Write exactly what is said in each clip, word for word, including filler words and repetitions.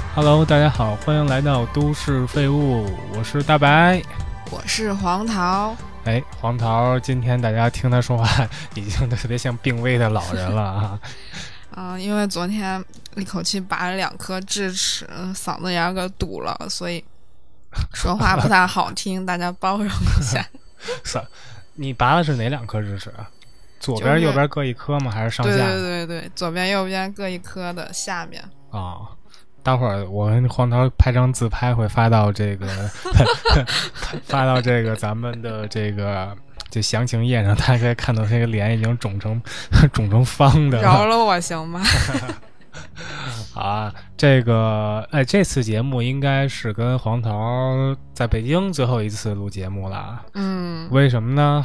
Hello， 大家好，欢迎来到都市废物，我是大白， 我是黄桃。 哎，黄桃，今天大家听他说话，已经特别像病危的老人了啊。 嗯、呃，因为昨天一口气拔了两颗智齿，嗓子眼给堵了，所以说话不太好听，大家包容一下。 是，你拔的是哪两颗智齿啊？左边、就是、右边各一颗吗？还是上下？ 对对对对，左边右边各一颗的下面。 啊、哦，待会儿我跟黄桃拍张自拍会发到这个发到这个咱们的这个这详情页上，大家可以看到这个脸已经肿成肿成方的了。 饶了我行吗？ 好啊，这个哎，这次节目应该是跟黄桃在北京最后一次录节目了。 嗯， 为什么呢？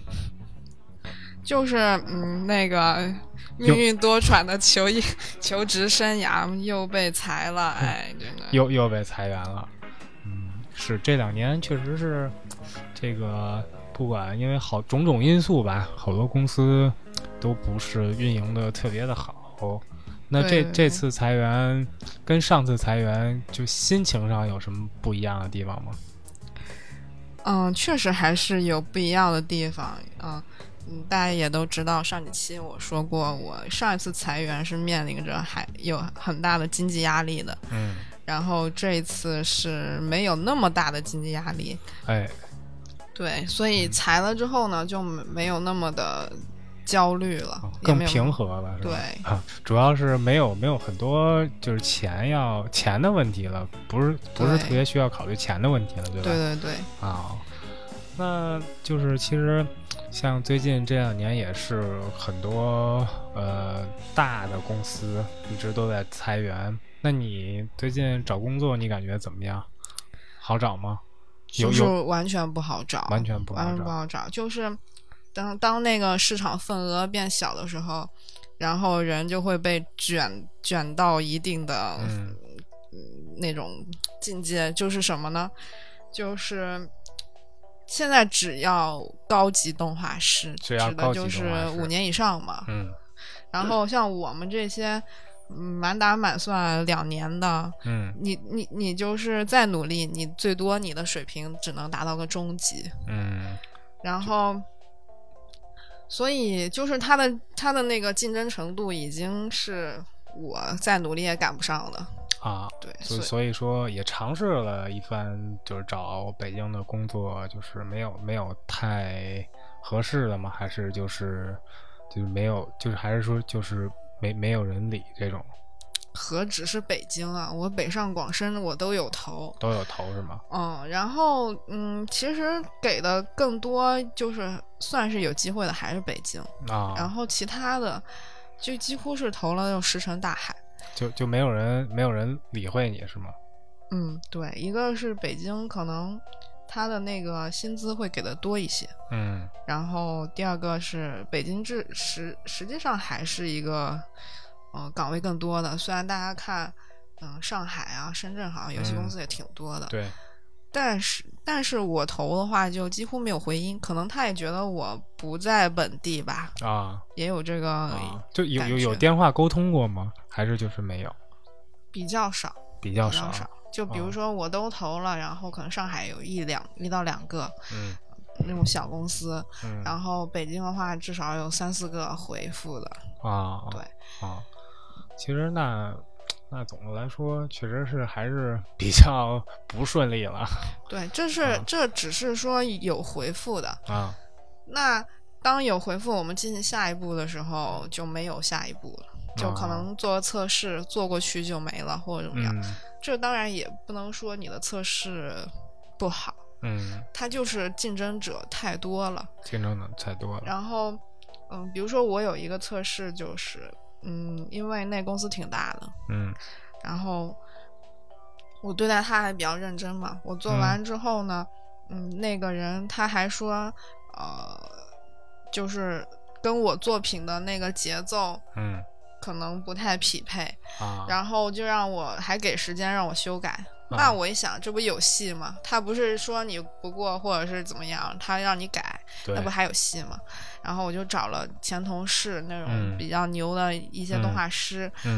就是嗯，那个命运多舛的求艺求职生涯又被裁了，哎，真的又又被裁员了。嗯，是这两年确实是这个，不管因为好种种因素吧，好多公司都不是运营的特别的好。那这这次裁员跟上次裁员，就心情上有什么不一样的地方吗？ 嗯，确实还是有不一样的地方。嗯。嗯，大家也都知道，上几期我说过，我上一次裁员是面临着还有很大的经济压力的， 嗯， 然后这一次是没有那么大的经济压力， 哎， 对，所以裁了之后呢，就没有那么的焦虑了， 哦、更平和了，是吧？ 对、 啊，主要是没有没有很多就是钱要钱的问题了，不是不是特别需要考虑钱的问题了，对吧？ 对对对， 啊，那就是其实。像最近这两年也是很多呃大的公司一直都在裁员，那你最近找工作你感觉怎么样？好找吗？ 就是完全不好找， 完全不好找， 完全不好找。就是当当那个市场份额变小的时候，然后人就会被卷卷到一定的、 嗯、 那种境界，就是什么呢？就是现在只要高级动画师， 指的就是五年以上嘛。 嗯， 然后像我们这些满打满算两年的， 嗯， 你你你就是再努力，你最多你的水平只能达到个中级。 嗯， 然后，所以就是他的他的那个竞争程度已经是我再努力也赶不上的。 啊， 对， 所以所以说也尝试了一番，就是找北京的工作，就是没有没有太合适的嘛，还是就是就是没有，就是还是说就是没没有人理这种。 何止是北京啊，我北上广深我都有投， 都有投是吗？ 嗯，然后嗯，其实给的更多就是算是有机会的还是北京啊， 然后其他的就几乎是投了就石沉大海。 就就没有人没有人理会你是吗？ 嗯，对，一个是北京可能他的那个薪资会给的多一些， 嗯， 然后第二个是北京制实实际上还是一个呃岗位更多的，虽然大家看嗯、呃、上海啊深圳好像游戏公司也挺多的、 嗯、对， 但是但是我投的话就几乎没有回音，可能他也觉得我不在本地吧， 啊， 也有这个、 啊、就有有有电话沟通过吗？还是就是没有？ 比较少， 比较少， 比较少。就比如说我都投了、哦、然后可能上海有一两一到两个嗯那种小公司、 嗯、 然后北京的话至少有三四个回复的啊， 对啊，其实那那总的来说确实是还是比较不顺利了。 对，这是、 啊、 这只是说有回复的啊， 那当有回复我们进行下一步的时候就没有下一步了，就可能做测试、啊、做过去就没了或者怎么样、嗯、这当然也不能说你的测试不好， 嗯， 它就是竞争者太多了， 竞争者太多了。 然后嗯，比如说我有一个测试就是嗯，因为那公司挺大的， 嗯， 然后我对待他还比较认真嘛，我做完之后呢 嗯, 嗯，那个人他还说呃就是跟我作品的那个节奏嗯可能不太匹配、 啊、 然后就让我还给时间让我修改、啊、那我一想这不有戏吗，他不是说你不过或者是怎么样他让你改那不还有戏吗，然后我就找了前同事那种比较牛的一些动画师， 嗯，嗯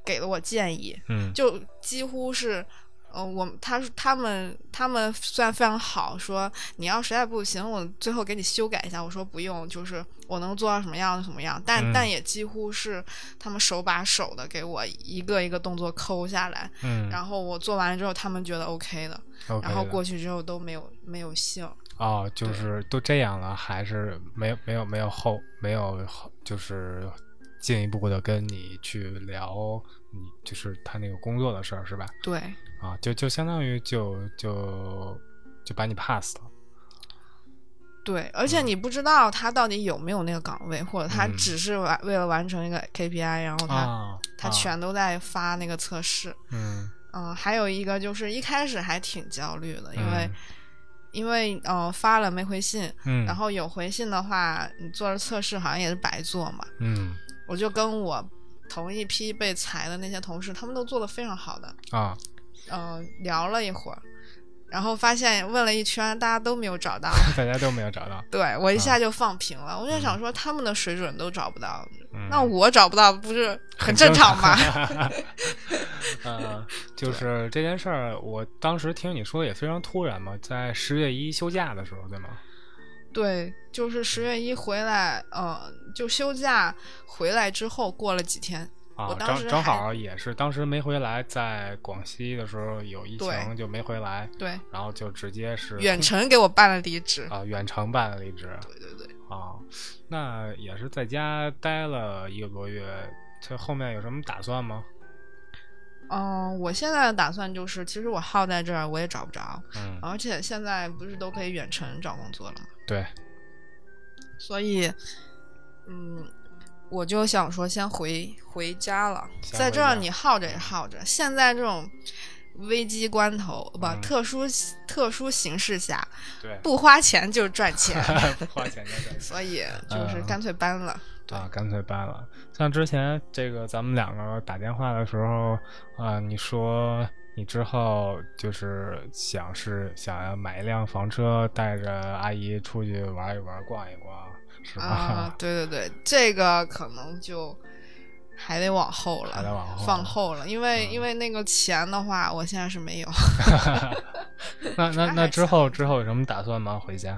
给了我建议， 嗯， 就几乎是。呃，我他他们他们算非常好，说你要实在不行，我最后给你修改一下。我说不用，就是我能做到什么样什么样，但、嗯、但也几乎是他们手把手的给我一个一个动作抠下来， 嗯， 然后我做完了之后，他们觉得 OK 的， OK 然后过去之后都没有没有性。 哦，就是都这样了，还是没有没有没有后没有就是进一步的跟你去聊你就是他那个工作的事儿是吧？ 对。 啊，就就相当于就就就把你 pass 了。 对，而且你不知道他到底有没有那个岗位，嗯、或者他只是完为了完成一个 K P I， 然后他、啊、他全都在发那个测试。 嗯嗯，还有一个就是一开始还挺焦虑的，因为、 嗯、 因为呃发了没回信， 嗯， 然后有回信的话，你做了测试好像也是白做嘛。 嗯，我就跟我同一批被裁的那些同事，他们都做得非常好的啊。 嗯、呃，聊了一会儿，然后发现问了一圈，大家都没有找到， 大家都没有找到。 对，我一下就放平了，啊、我就想说他们的水准都找不到， 嗯、 那我找不到不是很正常吗？ 呃，就是这件事儿，我当时听你说也非常突然嘛，在十月一休假的时候，对吗？ 对，就是十月一回来，呃，就休假回来之后过了几天。 啊， 我当时正正好也是当时没回来，在广西的时候有疫情就没回来， 对， 然后就直接是远程给我办了离职啊，远程办了离职， 对对对， 啊，那也是在家待了一个多月，这后面有什么打算吗？ 嗯、呃，我现在的打算就是，其实我耗在这儿我也找不着， 嗯， 而且现在不是都可以远程找工作了吗？ 对， 所以，嗯。我就想说先回回家了，在这儿你耗着也耗着。现在这种危机关头，不、嗯，特殊特殊形势下， 对， 不花钱就赚钱， 不花钱就赚钱， 所以就是干脆搬了。 嗯、啊，干脆搬了。像之前这个咱们两个打电话的时候，啊、呃，你说你之后就是想是想要买一辆房车，带着阿姨出去玩一玩、逛一逛。是吧？ 啊，对对对，这个可能就还得往后了， 还得往后放后了，因为、 嗯、 因为那个钱的话，我现在是没有。 那那那之后之后有什么打算吗？回家？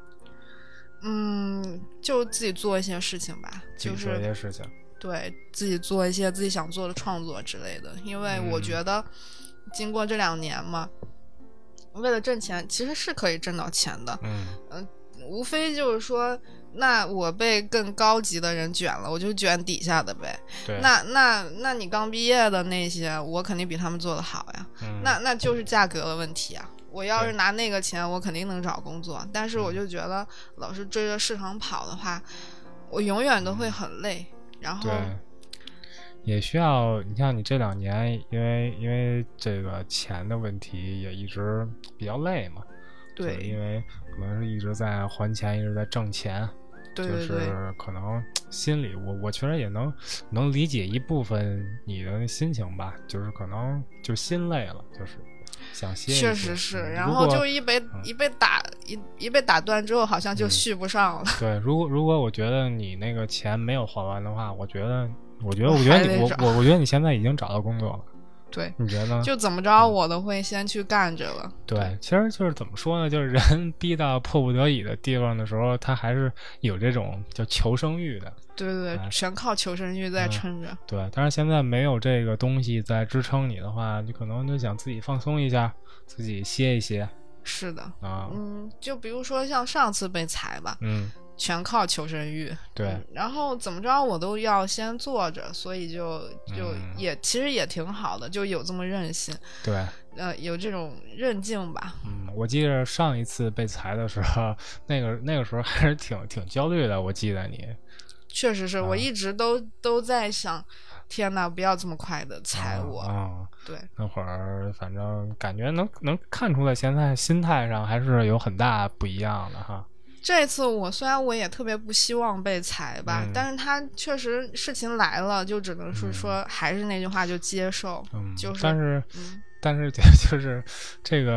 嗯，就自己做一些事情吧，就是做一些事情， 对自己做一些自己想做的创作之类的，因为我觉得经过这两年嘛，嗯、为了挣钱，其实是可以挣到钱的。 嗯嗯、呃，无非就是说。那我被更高级的人卷了，我就卷底下的呗。 对， 那那那你刚毕业的那些，我肯定比他们做得好呀。 嗯、 那那就是价格的问题啊。我要是拿那个钱，我肯定能找工作。但是我就觉得，老是追着市场跑的话，我永远都会很累。然后， 对，也需要你像你这两年，因为因为这个钱的问题，也一直比较累嘛。 对， 因为可能是一直在还钱，一直在挣钱。 对对对， 就是可能心里我我确实也能能理解一部分你的心情吧，就是可能就心累了，就是想歇一歇。 确实是，嗯、然后就一被、嗯、一被打一一被打断之后，好像就续不上了。 嗯、对，如果如果我觉得你那个钱没有还完的话，我觉得我觉得我觉得你我我我觉得你现在已经找到工作了。 对， 你觉得？ 就怎么着，我都会先去干着了。 对，对其实就是怎么说呢？就是人逼到迫不得已的地方的时候，他还是有这种叫求生欲的。 对对对，哎、全靠求生欲在撑着、嗯。 对，但是现在没有这个东西在支撑你的话，你可能就想自己放松一下，自己歇一歇。 是的啊， 嗯，就比如说像上次被裁吧， 嗯。 全靠求生欲， 对、 嗯，然后怎么着我都要先做着，所以就就也、嗯、其实也挺好的，就有这么韧性， 对， 呃，有这种韧劲吧。 嗯，我记得上一次被裁的时候，那个那个时候还是挺挺焦虑的，我记得你。 确实是、 啊、 我一直都都在想，天哪，不要这么快的裁我。 啊，啊对， 那会儿反正感觉能能看出来，现在心态上还是有很大不一样的哈。 这次我虽然我也特别不希望被裁吧、 嗯、 但是他确实事情来了，就只能是说、嗯、还是那句话，就接受、 嗯、 就是但是、 嗯、 但是就是这个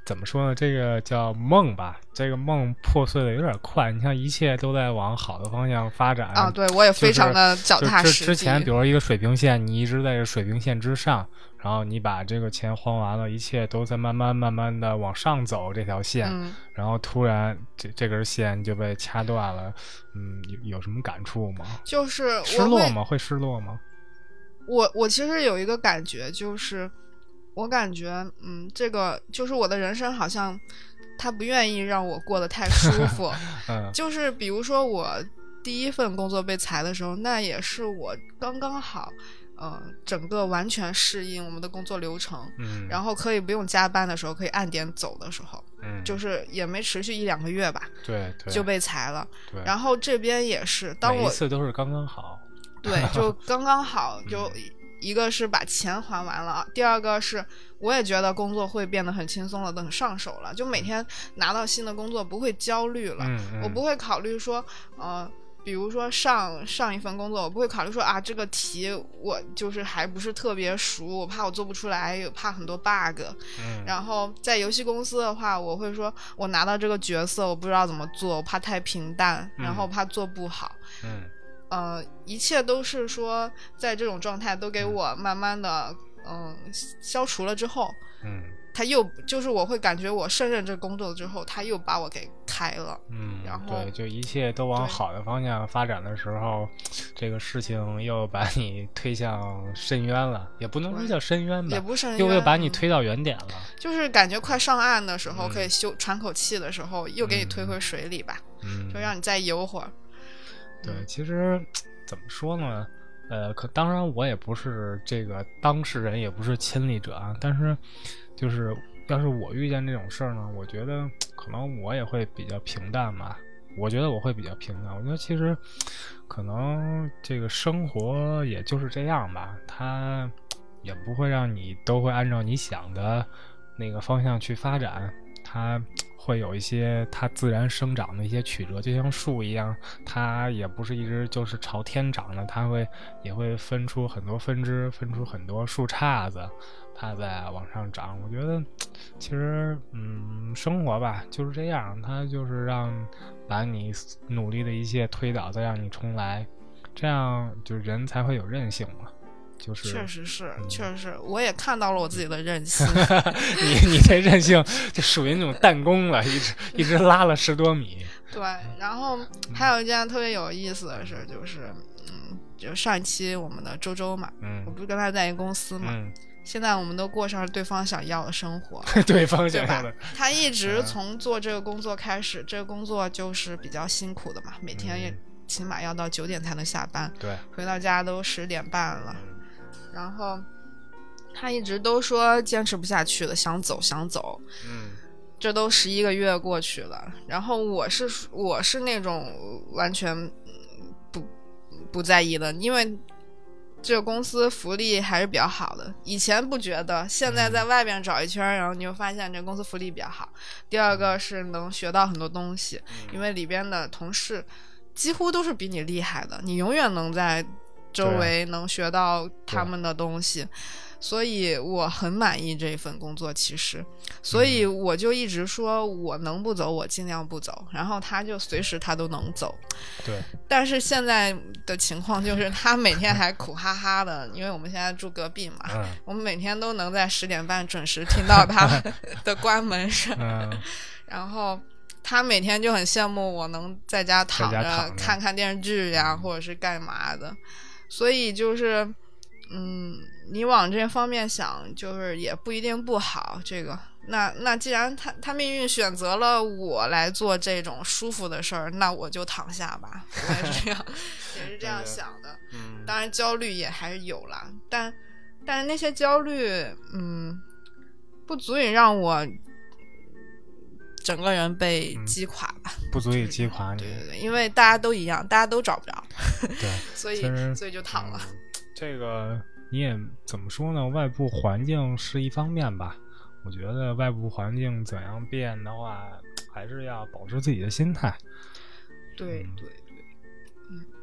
怎么说呢？这个叫梦吧，这个梦破碎的有点快。你像一切都在往好的方向发展啊，对我也非常的脚踏实地。 就是、之前比如说一个水平线，你一直在这水平线之上，然后你把这个钱还完了，一切都在慢慢慢慢的往上走这条线， 嗯、 然后突然这这根线就被掐断了。嗯，有有什么感触吗？ 就是失落吗？会失落吗？ 我我其实有一个感觉，就是我感觉，嗯，这个就是我的人生好像他不愿意让我过得太舒服。 嗯， 就是比如说我第一份工作被裁的时候，那也是我刚刚好，呃，整个完全适应我们的工作流程， 嗯， 然后可以不用加班的时候，可以按点走的时候， 嗯， 就是也没持续一两个月吧， 对对， 就被裁了。 对， 然后这边也是，当我每一次都是刚刚好。 对，就刚刚好，就一个是把钱还完了，第二个是我也觉得工作会变得很轻松了，很上手了，就每天拿到新的工作不会焦虑了， 嗯嗯、 我不会考虑说，呃，比如说上上一份工作，我不会考虑说啊这个题我就是还不是特别熟，我怕我做不出来，有怕很多 bug， 嗯、 然后在游戏公司的话，我会说我拿到这个角色我不知道怎么做，我怕太平淡，然后怕做不好。 嗯。 呃，一切都是说，在这种状态都给我慢慢的，嗯、呃，消除了之后， 嗯， 他又就是我会感觉我胜任这工作之后，他又把我给开了， 嗯， 然后对，就一切都往好的方向发展的时候，这个事情又把你推向深渊了，也不能说叫深渊吧， 也不深渊， 又又把你推到原点了， 就是感觉快上岸的时候， 嗯、 可以休喘口气的时候，又给你推回水里吧， 嗯， 就让你再游会儿。 对，其实怎么说呢？呃，可当然我也不是这个当事人，也不是亲历者啊。但是，就是要是我遇见这种事儿呢，我觉得可能我也会比较平淡吧。我觉得我会比较平淡。我觉得其实可能这个生活也就是这样吧，它也不会让你都会按照你想的那个方向去发展，它会有一些它自然生长的一些曲折，就像树一样，它也不是一直就是朝天长的，它会也会分出很多分支，分出很多树杈子，它在往上长。我觉得其实嗯，生活吧就是这样，它就是让把你努力的一切推倒，再让你重来，这样就人才会有韧性嘛。就是确实是、 嗯、 确实是我也看到了我自己的韧性你你这韧性就属于那种弹弓了，一直一直拉了十多米。 对，然后还有一件特别有意思的事，就是嗯，就上一期我们的周周嘛， 嗯， 我不是跟他在一个公司嘛、 嗯、 现在我们都过上了对方想要的生活对方想要的， 他一直从做这个工作开始、嗯、这个工作就是比较辛苦的嘛，每天也起码要到九点才能下班， 对， 回到家都十点半了，然后他一直都说坚持不下去了，想走想走， 嗯， 这都十一个月过去了，然后我是我是那种完全不不在意的，因为这个公司福利还是比较好的，以前不觉得，现在在外边找一圈、嗯、然后你就发现这个公司福利比较好。第二个是能学到很多东西、嗯、因为里边的同事几乎都是比你厉害的，你永远能在周围能学到他们的东西，所以我很满意这份工作其实，所以我就一直说我能不走我尽量不走，然后他就随时他都能走， 对， 但是现在的情况就是他每天还苦哈哈的因为我们现在住隔壁嘛、嗯、我们每天都能在十点半准时听到他的关门声、嗯、然后他每天就很羡慕我能在家躺着看看电视剧呀、嗯、或者是干嘛的，所以就是嗯，你往这方面想就是也不一定不好，这个那那既然他他命运选择了我来做这种舒服的事儿，那我就躺下吧，我也是这样也是这样想的。 嗯， 当然焦虑也还是有啦，但但是那些焦虑嗯不足以让我整个人被击垮吧、 嗯、不足以击垮你， 对对对，因为大家都一样，大家都找不着， 对所以所以就躺了、嗯、 这个你也怎么说呢，外部环境是一方面吧，我觉得外部环境怎样变的话还是要保持自己的心态。 对对对，嗯， 好，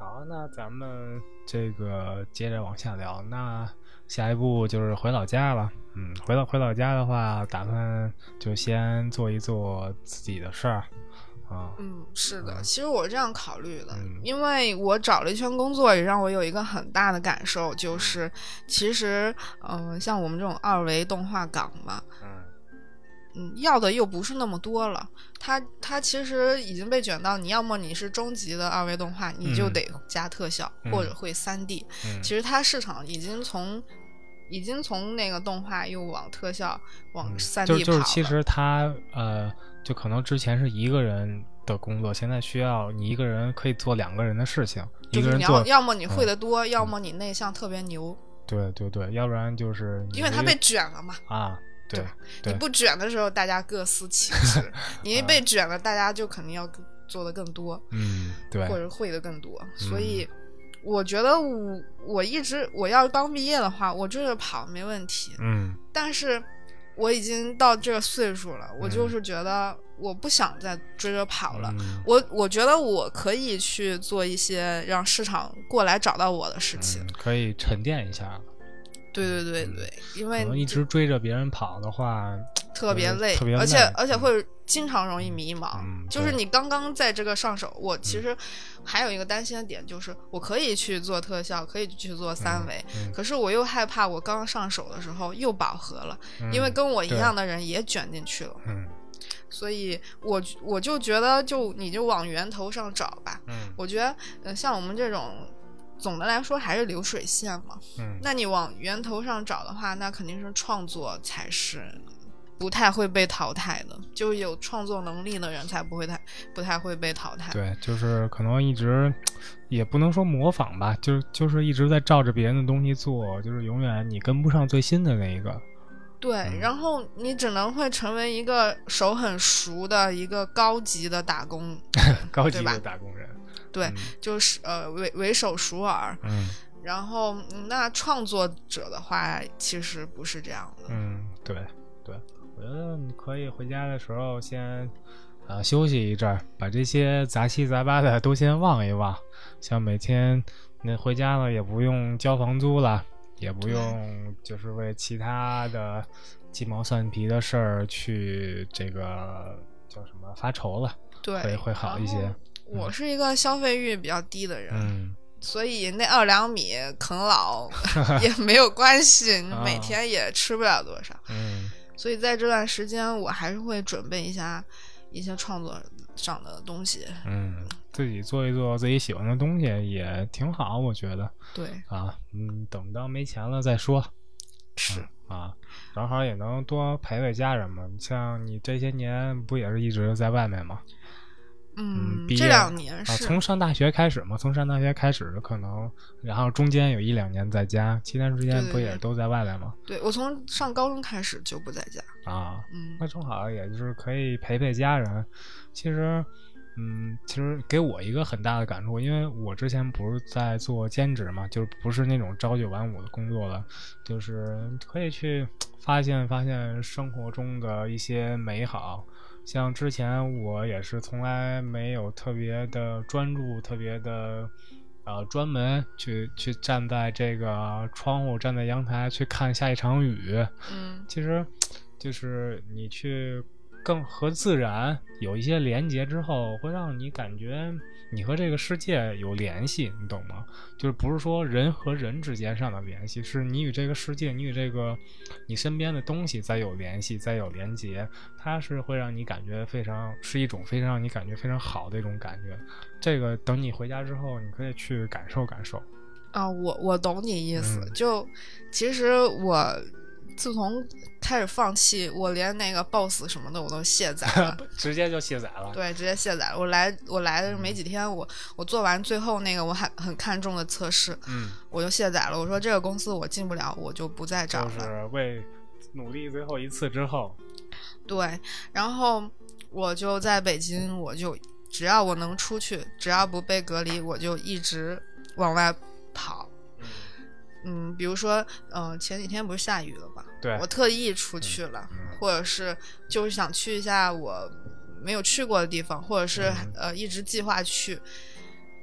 好，那咱们这个接着往下聊。那下一步就是回老家了。嗯，回到回老家的话，打算就先做一做自己的事儿。啊， 嗯，是的， 嗯、 其实我这样考虑的、 嗯， 因为我找了一圈工作，也让我有一个很大的感受，就是其实，嗯、呃，像我们这种二维动画岗嘛， 嗯。 嗯，要的又不是那么多了，它它其实已经被卷到，你要么你是中级的二维动画，你就得加特效、 嗯、 或者会 三 D、 嗯。 其实它市场已经从已经从那个动画又往特效往 三 D 跑了、 嗯、就就是其实它呃，就可能之前是一个人的工作，现在需要你一个人可以做两个人的事情， 就是、 一个人做， 要么你会的多、 嗯、 要么你内向特别牛。 对对对，要不然就是因为它被卷了嘛。 啊。对， 对，你不卷的时候大家各司其职你一被卷了、啊、大家就肯定要做的更多， 嗯，对， 或者会的更多、嗯、所以我觉得我我一直我要刚毕业的话我追着跑没问题， 嗯， 但是我已经到这个岁数了、嗯、我就是觉得我不想再追着跑了、嗯、我我觉得我可以去做一些让市场过来找到我的事情、 嗯、可以沉淀一下。 对对对对、嗯、因为可能一直追着别人跑的话特别累， 特别累， 而且而且会经常容易迷茫、 嗯、 就是你刚刚在这个上手，我其实还有一个担心的点，就是我可以去做特效，可以去做三维、 嗯嗯、 可是我又害怕我刚刚上手的时候又饱和了、 嗯、 因为跟我一样的人也卷进去了， 嗯， 所以我我就觉得就你就往源头上找吧， 嗯， 我觉得、呃、像我们这种总的来说还是流水线嘛， 嗯， 那你往源头上找的话，那肯定是创作才是不太会被淘汰的，就有创作能力的人才不会太不太会被淘汰。 对，就是可能一直也不能说模仿吧，就就是一直在照着别人的东西做，就是永远你跟不上最新的那一个。 对、嗯、然后你只能会成为一个手很熟的一个高级的打工高级的打工人。 对、嗯、就是呃为为手熟耳。 嗯， 然后那创作者的话其实不是这样的。 嗯，对对，我觉得你可以回家的时候先呃休息一阵儿，把这些杂七杂八的都先忘一忘，像每天你回家了也不用交房租了，也不用就是为其他的鸡毛蒜皮的事儿去这个叫什么发愁了， 对， 会会好一些。 我是一个消费欲比较低的人， 嗯， 所以那二两米啃老也没有关系你每天也吃不了多少， 嗯， 所以在这段时间我还是会准备一下一些创作上的东西， 嗯，自己做一做自己喜欢的东西也挺好，我觉得。 对啊，嗯，等到没钱了再说。 是、 嗯、啊，正好也能多陪陪家人嘛。像你这些年不也是一直在外面吗？ 嗯， 毕业这两年是、 啊、从上大学开始嘛，从上大学开始可能，然后中间有一两年在家，其他时间不也都在外面吗？ 对, 对, 对，我从上高中开始就不在家啊， 嗯， 那正好也就是可以陪陪家人。其实，嗯，其实给我一个很大的感触，因为我之前不是在做兼职嘛，就是不是那种朝九晚五的工作了，就是可以去发现发现生活中的一些美好。像之前我也是从来没有特别的专注，特别的呃专门去去站在这个窗户，站在阳台去看下一场雨。 嗯， 其实就是你去更和自然有一些连结之后，会让你感觉你和这个世界有联系，你懂吗？就是不是说人和人之间上的联系，是你与这个世界，你与这个你身边的东西再有联系，再有连结，它是会让你感觉非常，是一种非常让你感觉非常好的一种感觉。这个等你回家之后你可以去感受感受啊。我我懂你意思、 嗯、 就其实我自从开始放弃，我连那个 boss 什么的我都卸载了直接就卸载了。 对，直接卸载了。我来我来的没几天，我我做完最后那个我很很看重的测试， 嗯， 我就卸载了。我说这个公司我进不了，我就不再找了。 就是为努力最后一次之后， 对，然后我就在北京，我就只要我能出去，只要不被隔离，我就一直往外跑。嗯，比如说，嗯、呃，前几天不是下雨了吗？ 对， 我特意出去了、 嗯嗯， 或者是就是想去一下我没有去过的地方，或者是、 嗯、 呃一直计划去。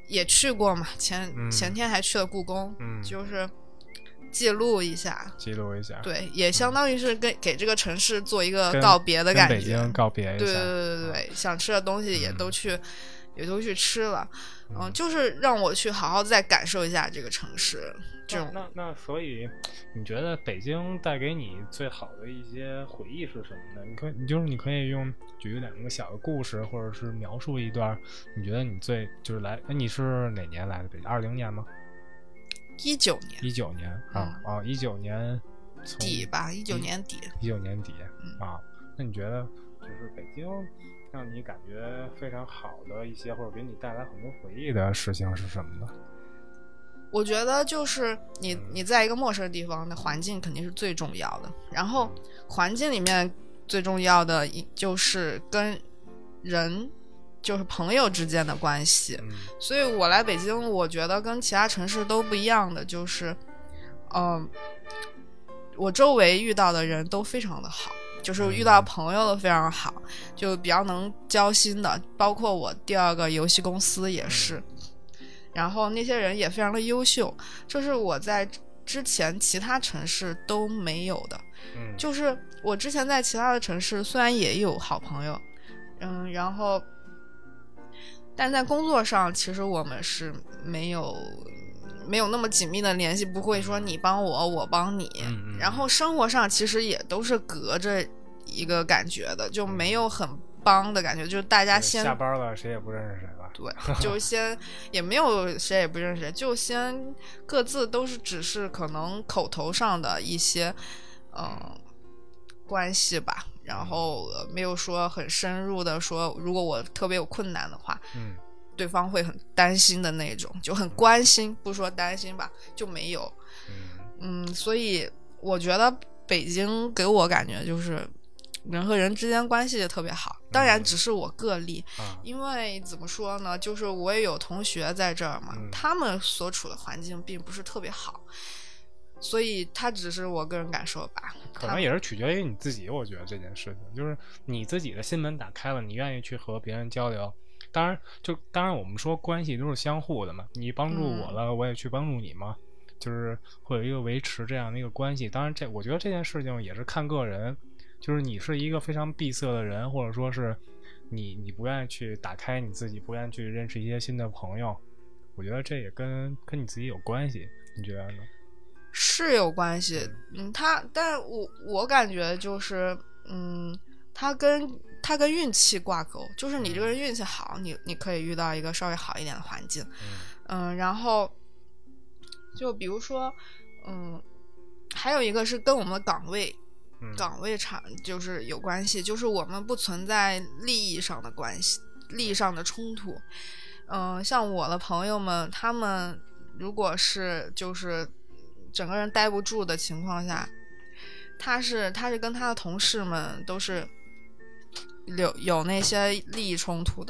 也去过嘛，前、 嗯、 前天还去了故宫， 嗯， 就是记录一下， 记录一下， 对，也相当于是跟、嗯、给这个城市做一个告别的感觉， 跟北京告别一下， 对对对对对， 嗯、 想吃的东西也都去、嗯、也都去吃了，嗯， 嗯就是让我去好好再感受一下这个城市。这种那那那所以你觉得北京带给你最好的一些回忆是什么呢？你可你就是你可以用举两个小的故事，或者是描述一段你觉得你最就是来，你是哪年来的北京？二零年吗？ 一九年。 一九年啊、嗯、啊，一九年底吧，一九年底。 一九年底、 嗯、 啊，那你觉得就是北京让你感觉非常好的一些，或者给你带来很多回忆的事情是什么呢？ 我觉得就是你你在一个陌生的地方的环境肯定是最重要的，然后环境里面最重要的就是跟人就是朋友之间的关系、 嗯、 所以我来北京我觉得跟其他城市都不一样的就是嗯、呃，我周围遇到的人都非常的好，就是遇到朋友都非常好、嗯、就比较能交心的，包括我第二个游戏公司也是、嗯，然后那些人也非常的优秀，这是我在之前其他城市都没有的、 嗯、 就是我之前在其他的城市虽然也有好朋友，嗯，然后但在工作上其实我们是没有没有那么紧密的联系，不会说你帮我我帮你、 嗯、 然后生活上其实也都是隔着一个感觉的，就没有很帮的感觉，就是大家先下班了谁也不认识谁了， 对，就先也没有谁也不认识谁，就先各自都是只是可能口头上的一些嗯、呃、关系吧，然后、呃、没有说很深入的说如果我特别有困难的话， 嗯， 对方会很担心的那种，就很关心、嗯、不说担心吧，就没有，嗯，所以我觉得北京给我感觉就是人和人之间关系特别好，当然只是我个例、 嗯、 因为怎么说呢，就是我也有同学在这儿嘛、 嗯、 他们所处的环境并不是特别好，所以他只是我个人感受吧， 可能也是取决于你自己。我觉得这件事情就是你自己的心门打开了，你愿意去和别人交流，当然就当然我们说关系都是相互的嘛，你帮助我了、嗯、我也去帮助你嘛，就是会有一个维持这样的一个关系。当然这我觉得这件事情也是看个人，就是你是一个非常闭塞的人，或者说是你你不愿意去打开你自己，不愿意去认识一些新的朋友，我觉得这也跟跟你自己有关系，你觉得呢？ 是有关系，嗯，他，但我我感觉就是，嗯，他跟他跟运气挂钩，就是你这个人运气好，你你可以遇到一个稍微好一点的环境，嗯，嗯然后就比如说，嗯，还有一个是跟我们的岗位。岗位场就是有关系，就是我们不存在利益上的关系，利益上的冲突。嗯、呃，像我的朋友们，他们如果是就是整个人待不住的情况下，他是他是跟他的同事们都是有有那些利益冲突的，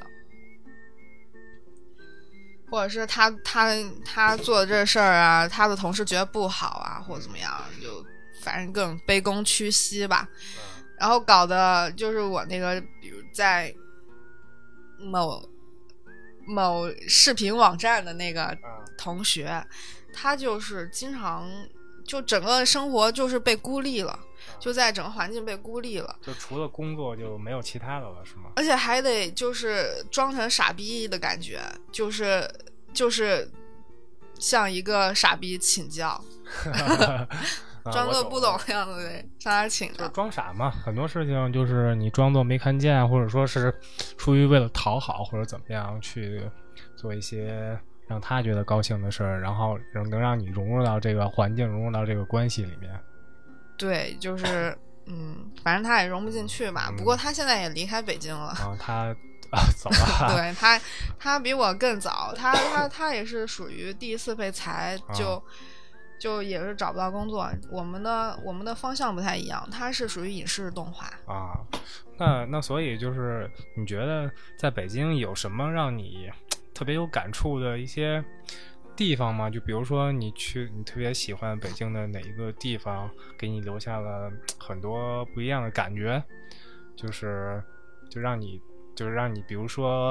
或者是他他他做的这事儿啊，他的同事觉得不好啊，或者怎么样，就。反正各种卑躬屈膝吧，然后搞得就是我那个比如在某某视频网站的那个同学，他就是经常就整个生活就是被孤立了，就在整个环境被孤立了， 就除了工作就没有其他的了是吗？ 而且还得就是装成傻逼的感觉，就是就是向一个傻逼请教装作不懂的样子得上哪请教，就装傻嘛。很多事情就是你装作没看见，或者说是出于为了讨好或者怎么样去做一些让他觉得高兴的事儿，然后能让你融入到这个环境，融入到这个关系里面。 对，就是嗯，反正他也融不进去吧、嗯、不过他现在也离开北京了啊，他啊走了对他他比我更早，他他他也是属于第一次被裁就、啊就也是找不到工作，我们的我们的方向不太一样，它是属于影视动画啊。那那所以就是你觉得在北京有什么让你特别有感触的一些地方吗？就比如说你去你特别喜欢北京的哪一个地方，给你留下了很多不一样的感觉，就是就让你就是让你比如说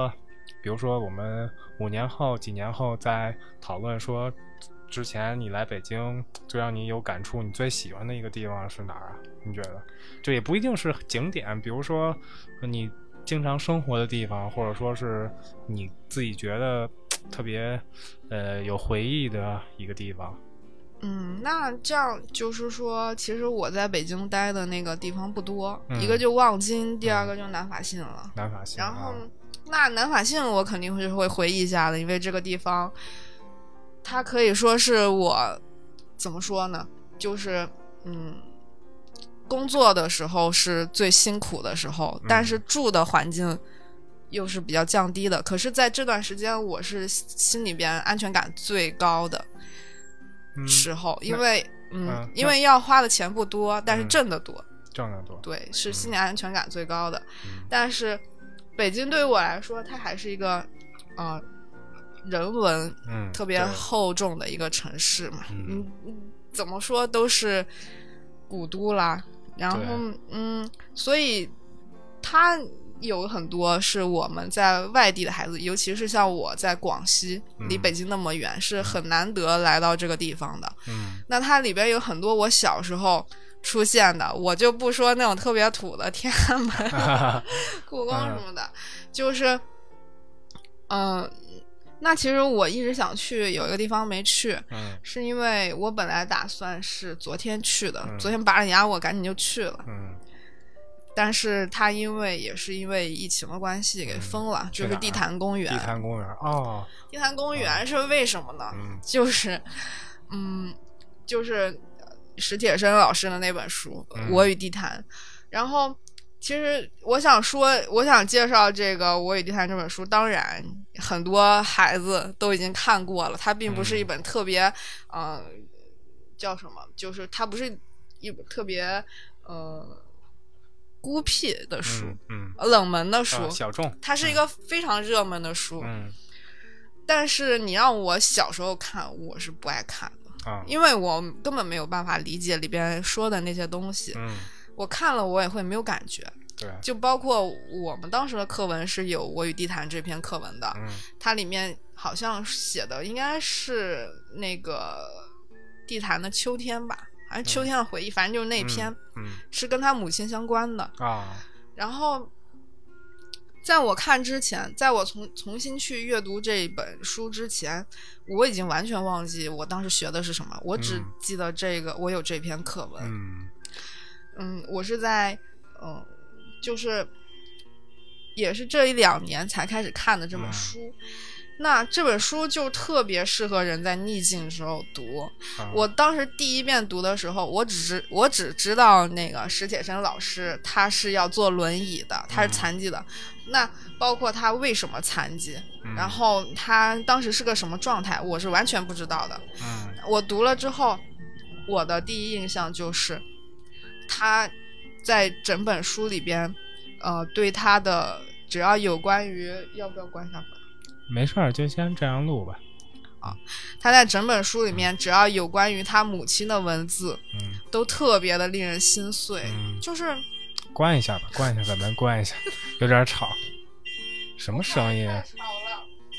比如说我们五年后几年后再讨论说之前你来北京最让你有感触你最喜欢的一个地方是哪儿啊？你觉得这也不一定是景点，比如说你经常生活的地方，或者说是你自己觉得特别呃有回忆的一个地方。 嗯，那这样就是说，其实我在北京待的那个地方不多， 嗯、 一个就望京，第二个就南法信了。 嗯、南法信。 然后， 啊、 那南法信我肯定是会回忆一下的，因为这个地方，它可以说是我怎么说呢？就是嗯，工作的时候是最辛苦的时候， 嗯、 但是住的环境又是比较降低的。可是在这段时间，我是心里边安全感最高的时候，嗯、因为嗯、呃，因为要花的钱不多，但是挣得多， 挣得多， 对，是心理安全感最高的。 嗯、 但是北京对于我来说，它还是一个呃人文特别厚重的一个城市嘛。 嗯， 嗯怎么说都是古都啦，然后嗯，所以它有很多是我们在外地的孩子，尤其是像我在广西， 嗯、 离北京那么远，是很难得来到这个地方的。 嗯， 那它里边有很多我小时候出现的，我就不说那种特别土的天安门、故宫什么的，嗯、就是嗯。呃那其实我一直想去，有一个地方没去， 嗯， 是因为我本来打算是昨天去的， 嗯、 昨天拔着牙我赶紧就去了， 嗯， 但是他因为也是因为疫情的关系给封了， 嗯、 就是地坛公园。 地坛公园哦， 地坛公园是为什么呢？ 嗯、 就是嗯，就是史铁生老师的那本书《我与地坛》， 嗯、 然后。其实我想说，我想介绍这个《我与地坛》这本书，当然很多孩子都已经看过了。它并不是一本特别，嗯、呃，叫什么？就是它不是一本特别，呃，孤僻的书， 嗯， 嗯冷门的书、 啊，小众。 它是一个非常热门的书， 嗯。 但是你让我小时候看，我是不爱看的， 啊， 因为我根本没有办法理解里边说的那些东西。 嗯。 我看了我也会没有感觉， 对， 就包括我们当时的课文是有《我与地坛》这篇课文的， 嗯， 它里面好像写的应该是那个地坛的秋天吧，还是秋天的回忆，嗯、反正就是那篇， 嗯，嗯是跟他母亲相关的啊。 然后，在我看之前，在我重重新去阅读这本书之前，我已经完全忘记我当时学的是什么，我只记得这个，嗯、我有这篇课文， 嗯。 嗯，我是在，嗯，就是也是这一两年才开始看的这本书。嗯、那这本书就特别适合人在逆境的时候读。 啊、 我当时第一遍读的时候，我只知我只知道那个史铁生老师他是要坐轮椅的，他是残疾的。嗯、那包括他为什么残疾， 嗯、 然后他当时是个什么状态，我是完全不知道的。 嗯、 我读了之后，我的第一印象就是。他在整本书里边，呃，对他的只要有关于要不要关下门？ 没事儿，就先这样录吧。 啊，他在整本书里面，只要有关于他母亲的文字， 嗯， 都特别的令人心碎。 嗯， 就是关一下吧，关一下，把门关一下，有点吵。什么声音？ 太吵了。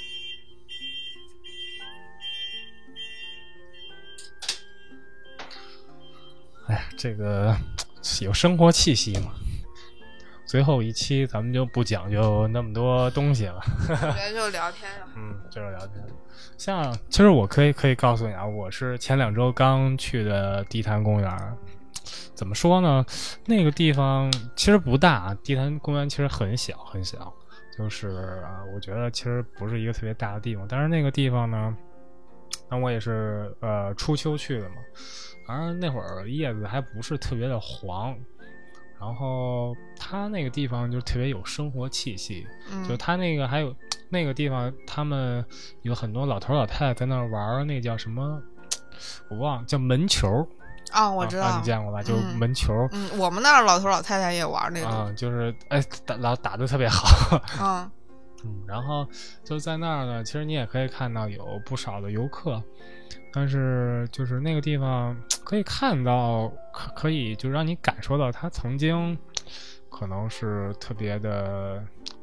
哎呀，这个有生活气息嘛。最后一期咱们就不讲究那么多东西了， 别就聊天了。 嗯，就是聊天。像其实我可以可以告诉你啊，我是前两周刚去的地坛公园。怎么说呢？那个地方其实不大，地坛公园其实很小很小，就是啊，我觉得其实不是一个特别大的地方。但是那个地方呢，那我也是呃初秋去的嘛。而那会儿叶子还不是特别的黄，然后它那个地方就特别有生活气息， 嗯、 就它那个还有那个地方，他们有很多老头老太太在那儿玩，那叫什么我忘了，叫门球。 啊、哦，我知道、 啊，你见过吧？就门球。 嗯，嗯我们那儿老头老太太也玩那种。 啊，就是哎，打老打得特别好。 嗯嗯，然后就在那儿呢，其实你也可以看到有不少的游客。但是就是那个地方可以看到，可可以就让你感受到它曾经可能是特别的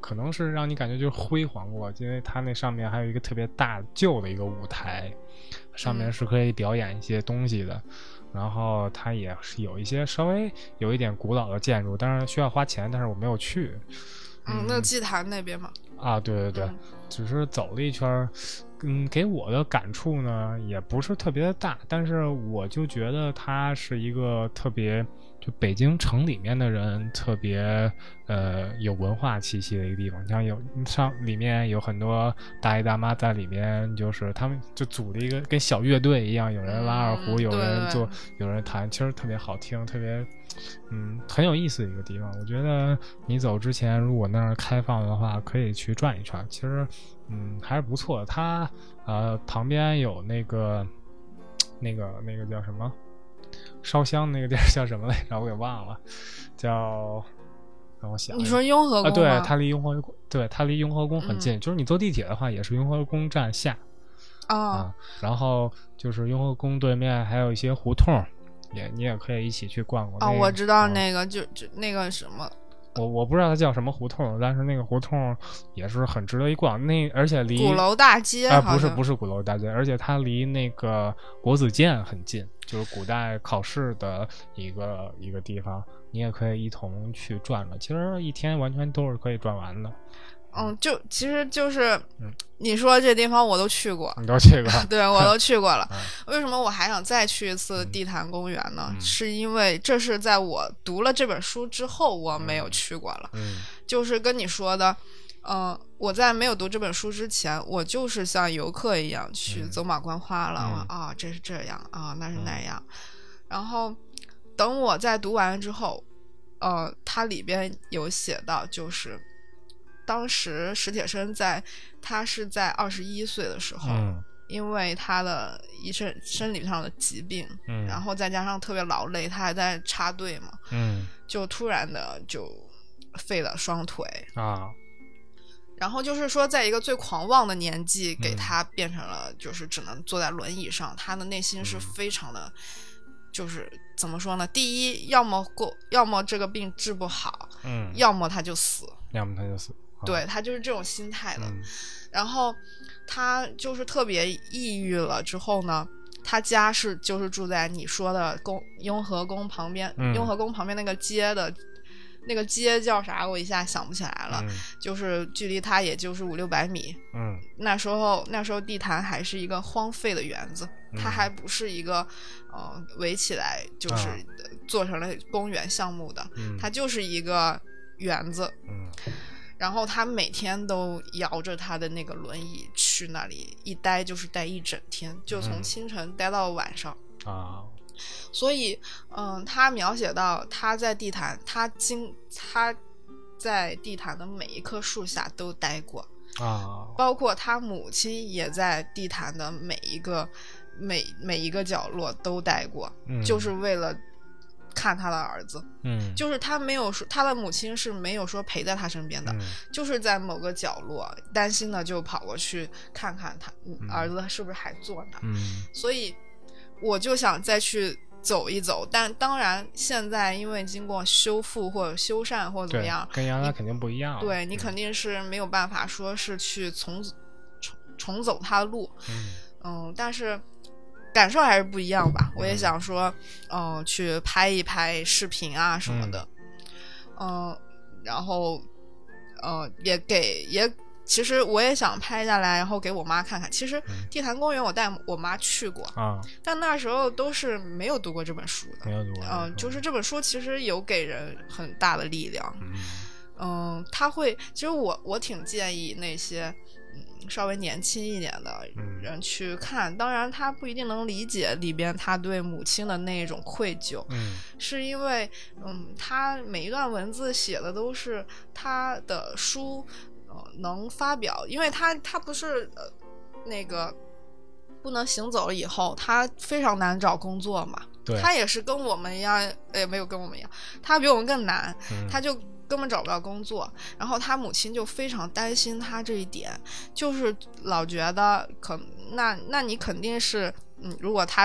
可能是让你感觉就是辉煌过，因为它那上面还有一个特别大旧的一个舞台，上面是可以表演一些东西的。嗯，然后它也是有一些稍微有一点古老的建筑，当然需要花钱，但是我没有去。 嗯，那祭坛那边嘛。 啊，对对对，嗯，只是走了一圈，嗯，给我的感触呢也不是特别的大，但是我就觉得它是一个特别，就北京城里面的人特别呃有文化气息的一个地方。像有上里面有很多大爷大妈在里面，就是他们就组了一个跟小乐队一样，有人拉二胡，嗯，有人做，有人弹，其实特别好听，特别嗯很有意思的一个地方。我觉得你走之前如果那儿开放的话，可以去转一转，其实嗯还是不错的。它呃旁边有那个那个那个叫什么烧香那个地儿叫什么来着，我给忘了，叫让我想， 你说雍和宫， 啊，对，它离雍和宫，对，它离雍和宫很近，嗯，就是你坐地铁的话也是雍和宫站下， 哦， 啊，然后就是雍和宫对面还有一些胡同，也你也可以一起去逛逛。 哦，那个，我知道那个，嗯，就就那个什么。 我我不知道它叫什么胡同，但是那个胡同也是很值得一逛。那而且离鼓楼大街啊，呃，不是不是鼓楼大街，而且它离那个国子监很近，就是古代考试的一个一个地方，你也可以一同去转转。其实一天完全都是可以转完的。 嗯，就其实就是，嗯，你说这地方我都去过， 你都去过， 对，我都去过了。为什么我还想再去一次地坛公园呢？嗯，是因为这是在我读了这本书之后我没有去过了。 嗯， 就是跟你说的，嗯、呃，我在没有读这本书之前，我就是像游客一样去走马观花了。啊、嗯哦，这是这样啊，那是那样。嗯，然后等我在读完之后，呃，它里边有写到，就是当时史铁生在他是在二十一岁的时候， 嗯， 因为他的一身生理上的疾病， 嗯， 然后再加上特别劳累，他还在插队嘛， 嗯， 就突然的就废了双腿啊。 然后就是说在一个最狂妄的年纪给他变成了就是只能坐在轮椅上，嗯，他的内心是非常的，就是怎么说呢，第一要么过要么这个病治不好， 嗯， 要么他就死要么他就死， 对，他就是这种心态的， 嗯， 然后他就是特别抑郁了之后呢，他家是就是住在你说的宫雍和宫旁边， 嗯， 雍和宫旁边那个街的那个街叫啥我一下想不起来了， 嗯， 就是距离他也就是五六百米， 嗯， 那时候那时候地坛还是一个荒废的园子， 嗯， 它还不是一个呃围起来就是做成了公园项目的， 嗯， 它就是一个园子， 嗯， 然后他每天都摇着他的那个轮椅去那里一待就是待一整天，就从清晨待到晚上， 嗯，啊， 所以嗯，他描写到他在地坛他经他在地坛的每一棵树下都待过啊， 包括他母亲也在地坛的每一个每每一个角落都待过， 嗯，就是为了看他的儿子， 嗯， 就是他没有说他的母亲是没有说陪在他身边的， 嗯， 就是在某个角落担心的就跑过去看看他， 嗯， 儿子是不是还坐那， 嗯， 所以我就想再去走一走，但当然现在因为经过修复或者修缮或者怎么样， 跟原来肯定不一样了， 对你肯定是没有办法说是去重重重走他的路， 嗯嗯，但是感受还是不一样吧。我也想说，嗯、呃，去拍一拍视频啊什么的，嗯、呃，然后，呃，也给也，其实我也想拍下来，然后给我妈看看。其实地坛公园我带我妈去过啊、嗯， 但那时候都是没有读过这本书的， 没有读过， 嗯、呃，就是这本书其实有给人很大的力量， 嗯， 嗯、呃，他会，其实我我挺建议那些。嗯，稍微年轻一点的人去看，嗯、当然他不一定能理解里边他对母亲的那种愧疚， 嗯， 是因为嗯，他每一段文字写的都是他的书，呃，能发表，因为他他不是呃那个不能行走了以后，他非常难找工作嘛， 对， 他也是跟我们一样，也没有跟我们一样，他比我们更难， 嗯、 他就。根本找不到工作，然后他母亲就非常担心他这一点，就是老觉得可那那你肯定是嗯，如果他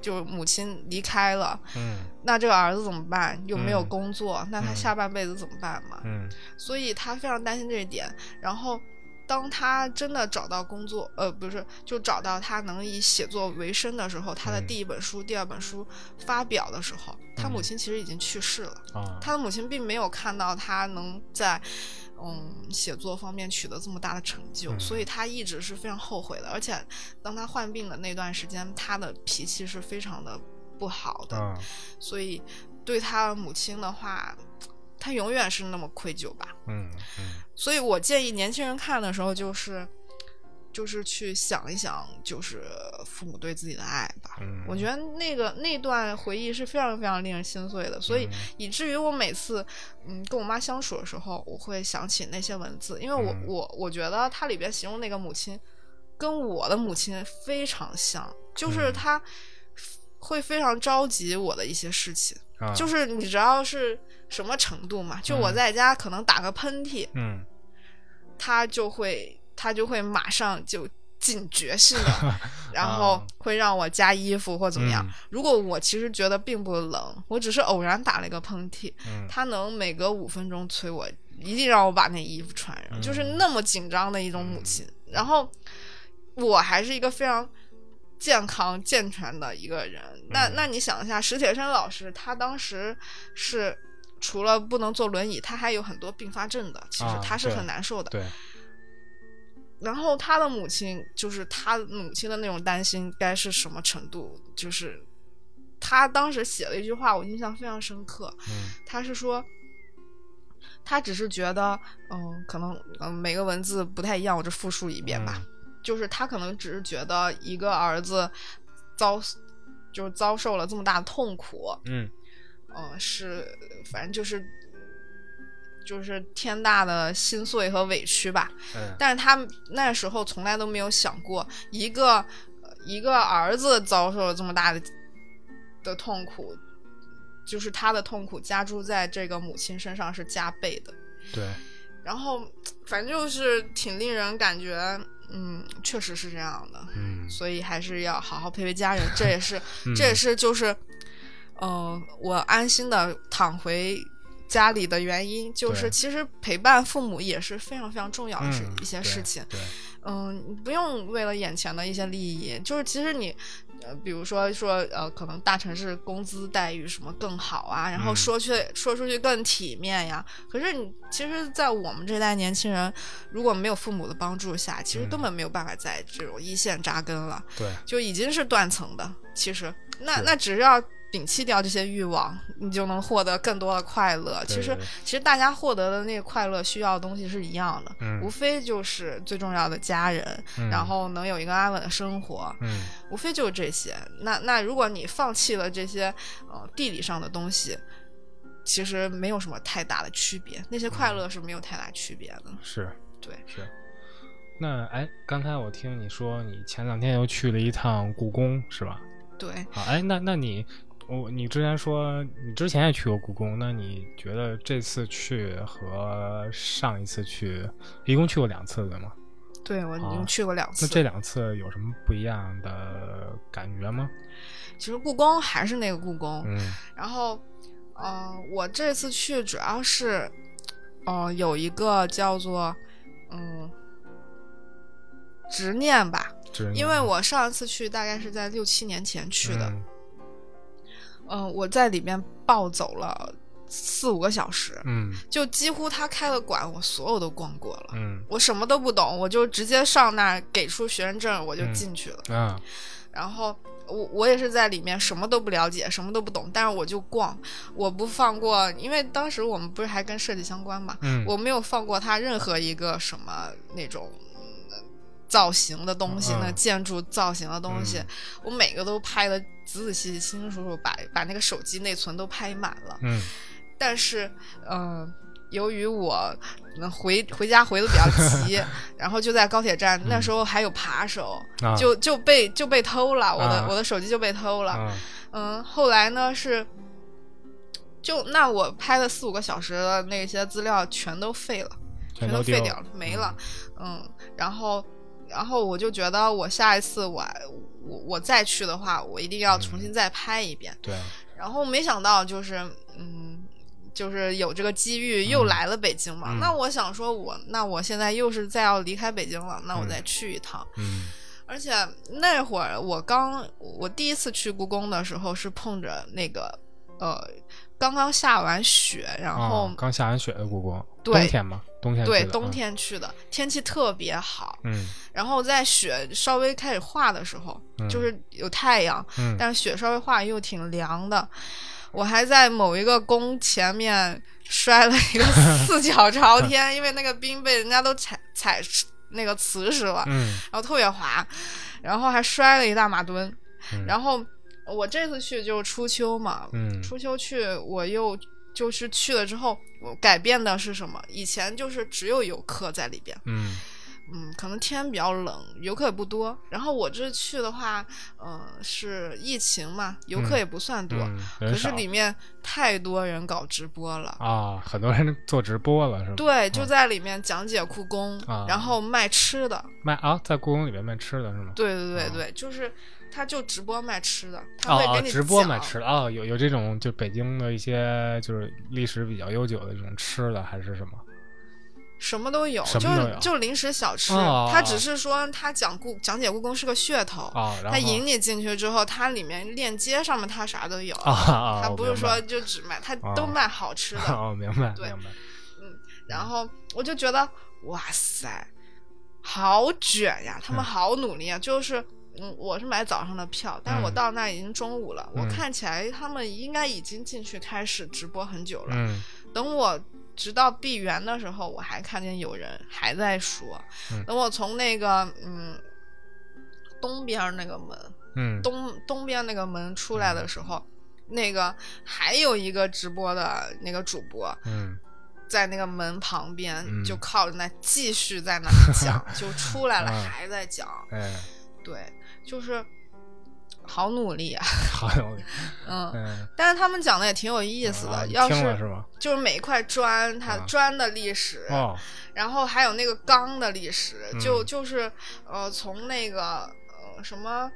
就母亲离开了， 嗯， 那这个儿子怎么办？又没有工作， 嗯、 那他下半辈子怎么办嘛？ 嗯， 所以他非常担心这一点。然后当他真的找到工作，呃，不是，就找到他能以写作为生的时候，他的第一本书、嗯、第二本书发表的时候，他母亲其实已经去世了。 嗯、 他的母亲并没有看到他能在嗯写作方面取得这么大的成就、嗯、所以他一直是非常后悔的。而且当他患病的那段时间，他的脾气是非常的不好的、 嗯、 所以对他母亲的话，他永远是那么愧疚吧。 嗯嗯， 所以我建议年轻人看的时候，就是就是去想一想，就是父母对自己的爱吧。 嗯， 我觉得那个那段回忆是非常非常令人心碎的，所以以至于我每次嗯跟我妈相处的时候，我会想起那些文字，因为我、嗯、我我觉得它里边形容那个母亲跟我的母亲非常像，就是她会非常着急我的一些事情、嗯、就是你只要是什么程度嘛，就我在家可能打个喷嚏， 嗯， 她就会她就会马上就警觉性的然后会让我加衣服或怎么样、嗯、如果我其实觉得并不冷，我只是偶然打了一个喷嚏， 嗯， 她能每隔五分钟催我一定让我把那衣服穿上、嗯、就是那么紧张的一种母亲、嗯、然后我还是一个非常健康健全的一个人、嗯、那那你想一下，史铁生老师他当时是除了不能坐轮椅，他还有很多并发症的，其实他是很难受的、 啊、对, 对然后他的母亲就是他母亲的那种担心该是什么程度，就是他当时写了一句话我印象非常深刻、 嗯、 他是说他只是觉得嗯，可能嗯每个文字不太一样，我就复述一遍吧、嗯、就是他可能只是觉得一个儿子遭就是遭受了这么大的痛苦， 嗯呃是反正就是就是天大的心碎和委屈吧、 嗯、 但是他那时候从来都没有想过一个一个儿子遭受了这么大的的痛苦，就是他的痛苦加诸在这个母亲身上是加倍的。 对， 然后反正就是挺令人感觉嗯确实是这样的， 嗯， 所以还是要好好陪陪家人，这也是、嗯、这也是就是呃我安心的躺回家里的原因，就是其实陪伴父母也是非常非常重要的一些事情。嗯，你不用为了眼前的一些利益，就是其实你呃比如说说呃可能大城市工资待遇什么更好啊，然后说去、嗯、说出去更体面呀，可是你其实在我们这代年轻人如果没有父母的帮助下，其实根本没有办法在这种一线扎根了， 对、嗯， 就已经是断层的。其实那那只要摒弃掉这些欲望，你就能获得更多的快乐。其实其实大家获得的那个快乐需要的东西是一样的、嗯、无非就是最重要的家人、嗯、然后能有一个安稳的生活、 嗯、 无非就是这些。那那如果你放弃了这些呃地理上的东西，其实没有什么太大的区别，那些快乐是没有太大区别的、嗯、 是， 对， 是。那哎，刚才我听你说你前两天又去了一趟故宫是吧？ 对。 好，哎，那那你我你之前说你之前也去过故宫，那你觉得这次去和上一次去一共去过两次对吗？ 对，我已经去过两次。 那这两次有什么不一样的感觉吗？ 其实故宫还是那个故宫， 嗯， 然后呃我这次去主要是呃有一个叫做嗯执念吧， 执念， 因为我上一次去大概是在六七年前去的，嗯呃、我在里面暴走了四五个小时， 嗯， 就几乎他开的馆我所有都逛过了， 嗯， 我什么都不懂，我就直接上那儿给出学生证我就进去了， 嗯啊， 然后我我也是在里面什么都不了解什么都不懂，但是我就逛，我不放过，因为当时我们不是还跟设计相关嘛， 嗯， 我没有放过他任何一个什么那种造型的东西， 嗯、 那建筑造型的东西、 嗯、 我每个都拍的仔仔细细清清楚楚，把把那个手机内存都拍满了， 嗯， 但是嗯、呃，由于我回回家回的比较急然后就在高铁站、嗯、那时候还有扒手、啊、就就被就被偷了，我的、啊、我的手机就被偷了、 啊、 嗯，后来呢是就那我拍了四五个小时的那些资料全都废了，全都废掉了，没了，嗯，然后然后我就觉得我下一次我我我再去的话，我一定要重新再拍一遍。 嗯、对。 然后没想到就是嗯。就是有这个机遇又来了北京嘛、 嗯、 那我想说我那我现在又是再要离开北京了，那我再去一趟。 嗯， 而且那会儿我刚我第一次去故宫的时候是碰着那个呃刚刚下完雪，然后、 哦、刚下完雪的故宫。 对， 冬天吗？冬天去的。 对，冬天去的、嗯、天气特别好。 嗯， 然后在雪稍微开始化的时候、 嗯、 就是有太阳、 嗯、 但是雪稍微化又挺凉的，我还在某一个宫前面摔了一个四脚朝天因为那个冰被人家都踩踩那个瓷实了、 嗯、 然后特别滑，然后还摔了一大马墩、 嗯、 然后我这次去就是初秋嘛、 嗯、 初秋去我又就是去了之后我改变的是什么，以前就是只有游客在里边， 嗯嗯，可能天比较冷，游客也不多。然后我这去的话，呃，是疫情嘛，游客也不算多， 嗯嗯、 可是里面太多人搞直播了啊，很多人做直播了是吧？ 对，就在里面讲解故宫、 嗯， 然后卖吃的。 卖啊，在故宫里面卖吃的是吗？ 对对对对， 啊、 就是他就直播卖吃的，他会给你讲、哦、直播卖吃的啊、哦，有有这种就北京的一些就是历史比较悠久的这种吃的还是什么？ 什么都有， 什么都有就是就是零食小吃、 哦、 他只是说他讲故讲解故宫是个噱头、 哦、然后他引你进去之后，它里面链接上面它啥都有， 啊啊、 他不是说就只卖，他都卖好吃的。 哦，明白， 对， 明白。 嗯，然后我就觉得哇塞，好卷呀，他们好努力啊，嗯、就是嗯，我是买早上的票，但是我到那已经中午了， 嗯、 我看起来他们应该已经进去开始直播很久了。 嗯， 等我直到闭园的时候，我还看见有人还在说。 嗯、 等我从那个嗯东边那个门， 嗯， 东东边那个门出来的时候，嗯、那个还有一个直播的那个主播， 嗯， 在那个门旁边、 嗯、 就靠着那继续在那讲，就出来了、 嗯、 还在讲。 哎， 对，就是好努力啊， 好努力。 嗯， 嗯， 但是他们讲的也挺有意思的。 啊、 要是听了是吧？ 就是每一块砖，它砖的历史， 啊、哦， 然后还有那个钢的历史， 嗯、 就就是呃，从那个呃什么。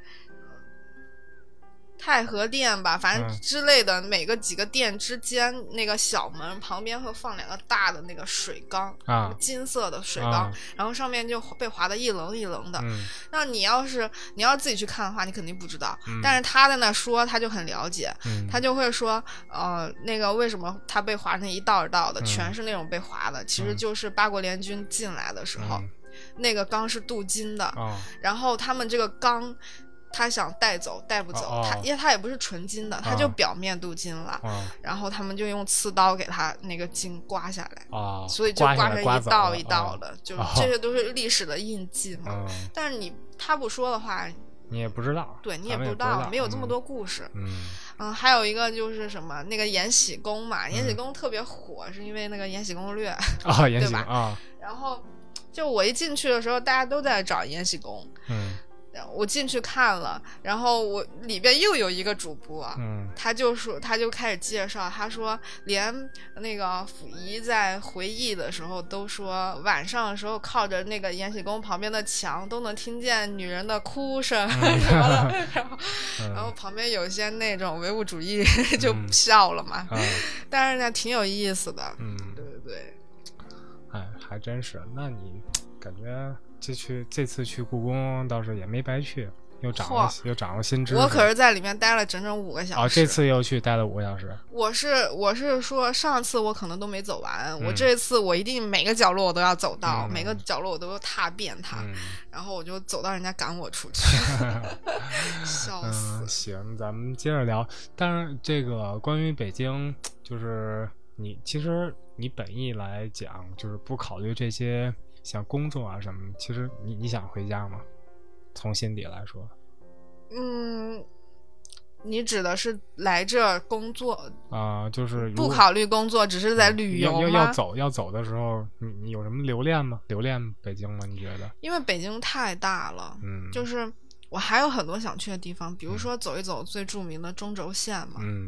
太和殿吧，反正之类的，嗯、每个几个殿之间那个小门旁边会放两个大的那个水缸啊， 金色的水缸， 啊、 然后上面就被划得一棱一棱的。 嗯， 那你要是你要自己去看的话，你肯定不知道。 嗯、 但是他在那说，他就很了解， 嗯、 他就会说，呃，那个为什么他被划成一道一道的， 嗯、 全是那种被划的，其实就是八国联军进来的时候， 嗯、 那个缸是镀金的， 哦、 然后他们这个缸。他想带走带不走， 哦、 他因为他也不是纯金的， 哦、 他就表面镀金了， 哦、 然后他们就用刺刀给他那个金刮下来， 哦、 所以就刮成一道一道的， 哦、 就这些都是历史的印记嘛。 哦、 但是你他不说的话， 你也不知道， 对你也不知道，没有这么多故事。 嗯嗯，还有一个就是什么那个延禧宫嘛，延禧宫特别火，是因为那个《延禧攻略》 啊，延禧对吧？ 啊， 然后就我一进去的时候，大家都在找延禧宫， 嗯。 我进去看了，然后我里边又有一个主播， 嗯， 他就说，他就开始介绍，他说连那个溥仪在回忆的时候都说，晚上的时候靠着那个延禧宫旁边的墙都能听见女人的哭声、嗯、什么的，然后、嗯、然后旁边有一些那种唯物主义就笑了嘛， 嗯、 但是呢挺有意思的， 嗯， 对对对， 哎，还真是，那你感觉？这去这次去故宫倒是也没白去，又长了又长了新知识。 我可是在里面待了整整五个小时。 哦，这次又去待了五个小时。 我是我是说上次我可能都没走完， 嗯、 我这次我一定每个角落我都要走到， 嗯、 每个角落我都踏遍它， 嗯、 然后我就走到人家赶我出去，笑死、 嗯。行，咱们接着聊。但是这个关于北京，就是你其实你本意来讲，就是不考虑这些。像工作啊什么，其实你你想回家吗？从心底来说， 嗯，你指的是来这工作啊、呃，就是不考虑工作，只是在旅游吗？ 要要走要走的时候，你你有什么留恋吗？留恋北京吗？你觉得？ 因为北京太大了， 嗯， 就是我还有很多想去的地方，比如说走一走最著名的中轴线嘛， 嗯，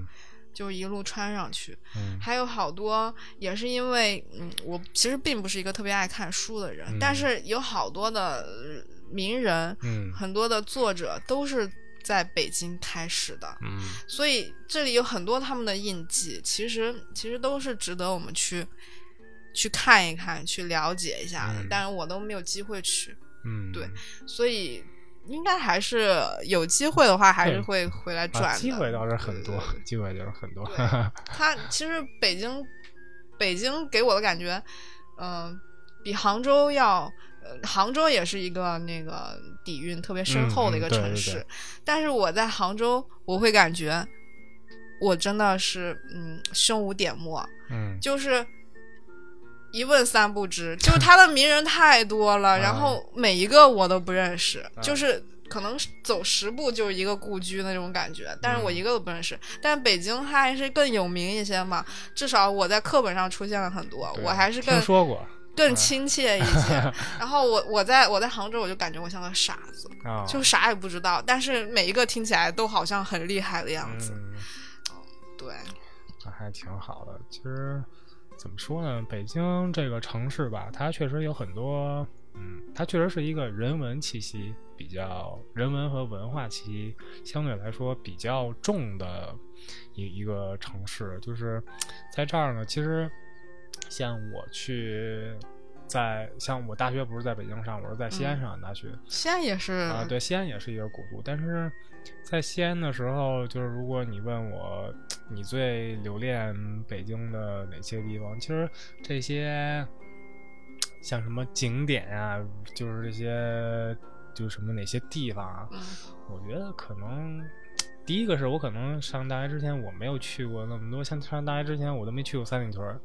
就一路穿上去。 嗯， 还有好多也是因为，嗯，我其实并不是一个特别爱看书的人， 嗯、 但是有好多的名人， 嗯， 很多的作者都是在北京开始的， 嗯， 所以这里有很多他们的印记，其实其实都是值得我们去去看一看，去了解一下的， 嗯、 但是我都没有机会去， 嗯， 对，所以应该还是有机会的话，还是会回来转的。 啊、机会倒是很多，机会就是很多。 他其实北京，北京给我的感觉，嗯、呃，比杭州要。呃，杭州也是一个那个底蕴特别深厚的一个城市， 嗯嗯、对对对， 但是我在杭州，我会感觉我真的是嗯胸无点墨， 嗯， 就是一问三不知，就是他的名人太多了，然后每一个我都不认识， 嗯、 就是可能走十步就是一个故居那种感觉，但是我一个都不认识。嗯、但北京它还是更有名一些嘛，至少我在课本上出现了很多，我还是更听说过。 更亲切一些，嗯、然后我我在我在杭州，我就感觉我像个傻子， 哦、 就啥也不知道，但是每一个听起来都好像很厉害的样子。 嗯， 对， 那还挺好的。其实怎么说呢，北京这个城市吧，它确实有很多，嗯，它确实是一个人文气息比较，人文和文化气息相对来说比较重的一一个城市。就是在这儿呢，其实。像我去在像我大学不是在北京上，我是在西安上的大学。 嗯、西安也是啊，对，西安也是一个古都。但是在西安的时候，就是如果你问我你最留恋北京的哪些地方，其实这些像什么景点啊，就是这些就是什么哪些地方啊， 嗯、 我觉得可能。第一个是我可能上大学之前我没有去过那么多，像上大学之前我都没去过三里屯。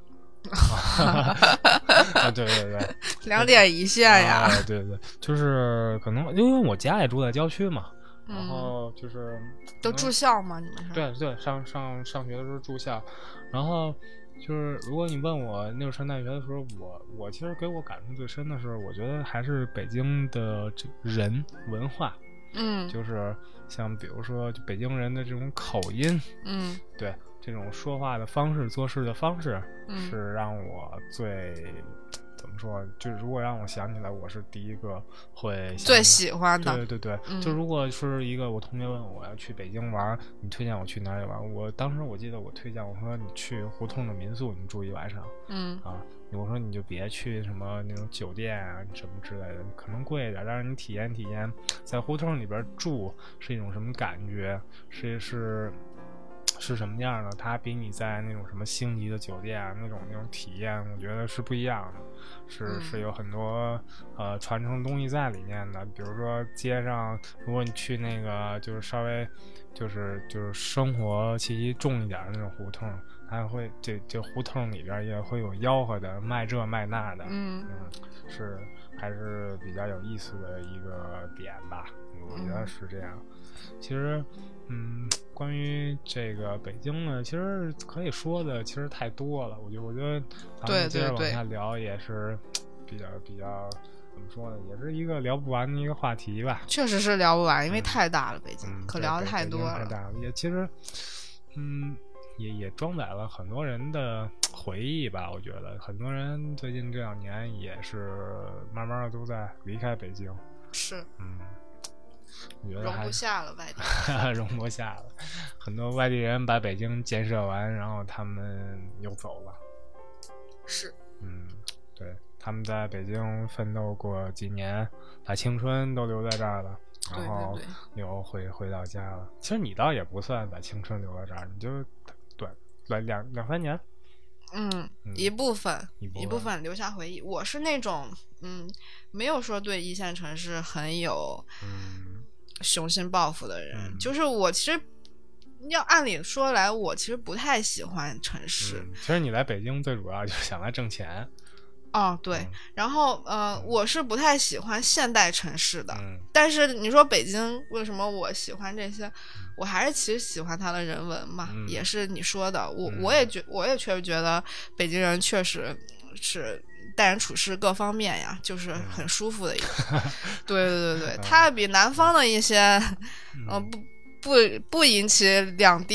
啊，对对对， 两点一线呀！ 啊、对对，就是可能因为我家也住在郊区嘛，然后就是、 嗯、都住校吗？你们是？ 对对，上上上学的时候住校，然后就是如果你问我那时候上大学的时候，我我其实给我感触最深的是，我觉得还是北京的这人文化， 嗯， 就是像比如说就北京人的这种口音， 嗯， 对。这种说话的方式做事的方式是让我最、嗯、怎么说，就是如果让我想起来我是第一个会最喜欢的， 对对对、嗯、就如果是一个我同学问我要去北京玩，你推荐我去哪里玩，我当时我记得我推荐我说你去胡同的民宿你住一晚上， 嗯啊，我说你就别去什么那种酒店啊什么之类的，可能贵一点，让你体验体验在胡同里边住是一种什么感觉，是是是什么样的，它比你在那种什么星级的酒店啊那种那种体验我觉得是不一样的，是是有很多呃传承东西在里面的。比如说街上如果你去那个就是稍微就是就是生活气息重一点的那种胡同，它会这这胡同里边也会有吆喝的卖这卖那的， 嗯嗯，是还是比较有意思的一个点吧，我觉得是这样。其实嗯，关于这个北京呢，其实可以说的其实太多了。我觉得，我觉得咱们接着往下聊也是比较比较怎么说呢，也是一个聊不完的一个话题吧。 确实是聊不完，因为太大了， 嗯、 北京、 嗯、 可聊的太多了。 太大了，也其实，嗯，也也装载了很多人的回忆吧。我觉得很多人最近这两年也是慢慢的都在离开北京。 是， 嗯。我觉得容不下了外地容不下了，很多外地人把北京建设完，然后他们又走了。 是， 嗯，对，他们在北京奋斗过几年，把青春都留在这儿了，然后又回回到家了。其实你倒也不算把青春留在这儿，你就短短两两三年。 嗯， 嗯一部分一部分一部分留下回忆。我是那种嗯，没有说对一线城市很有嗯雄心抱负的人， 嗯、 就是我其实要按理说来，我其实不太喜欢城市。 嗯、其实你来北京最主要就是想来挣钱。 哦，对， 嗯、 然后呃、嗯，我是不太喜欢现代城市的， 嗯、 但是你说北京为什么我喜欢这些？我还是其实喜欢它的人文嘛， 嗯、 也是你说的，我、 嗯、 我也觉我也确实觉得北京人确实是待人处事各方面呀，就是很舒服的一个。嗯、对对对对，它比南方的一些，嗯、呃，不不不引起两地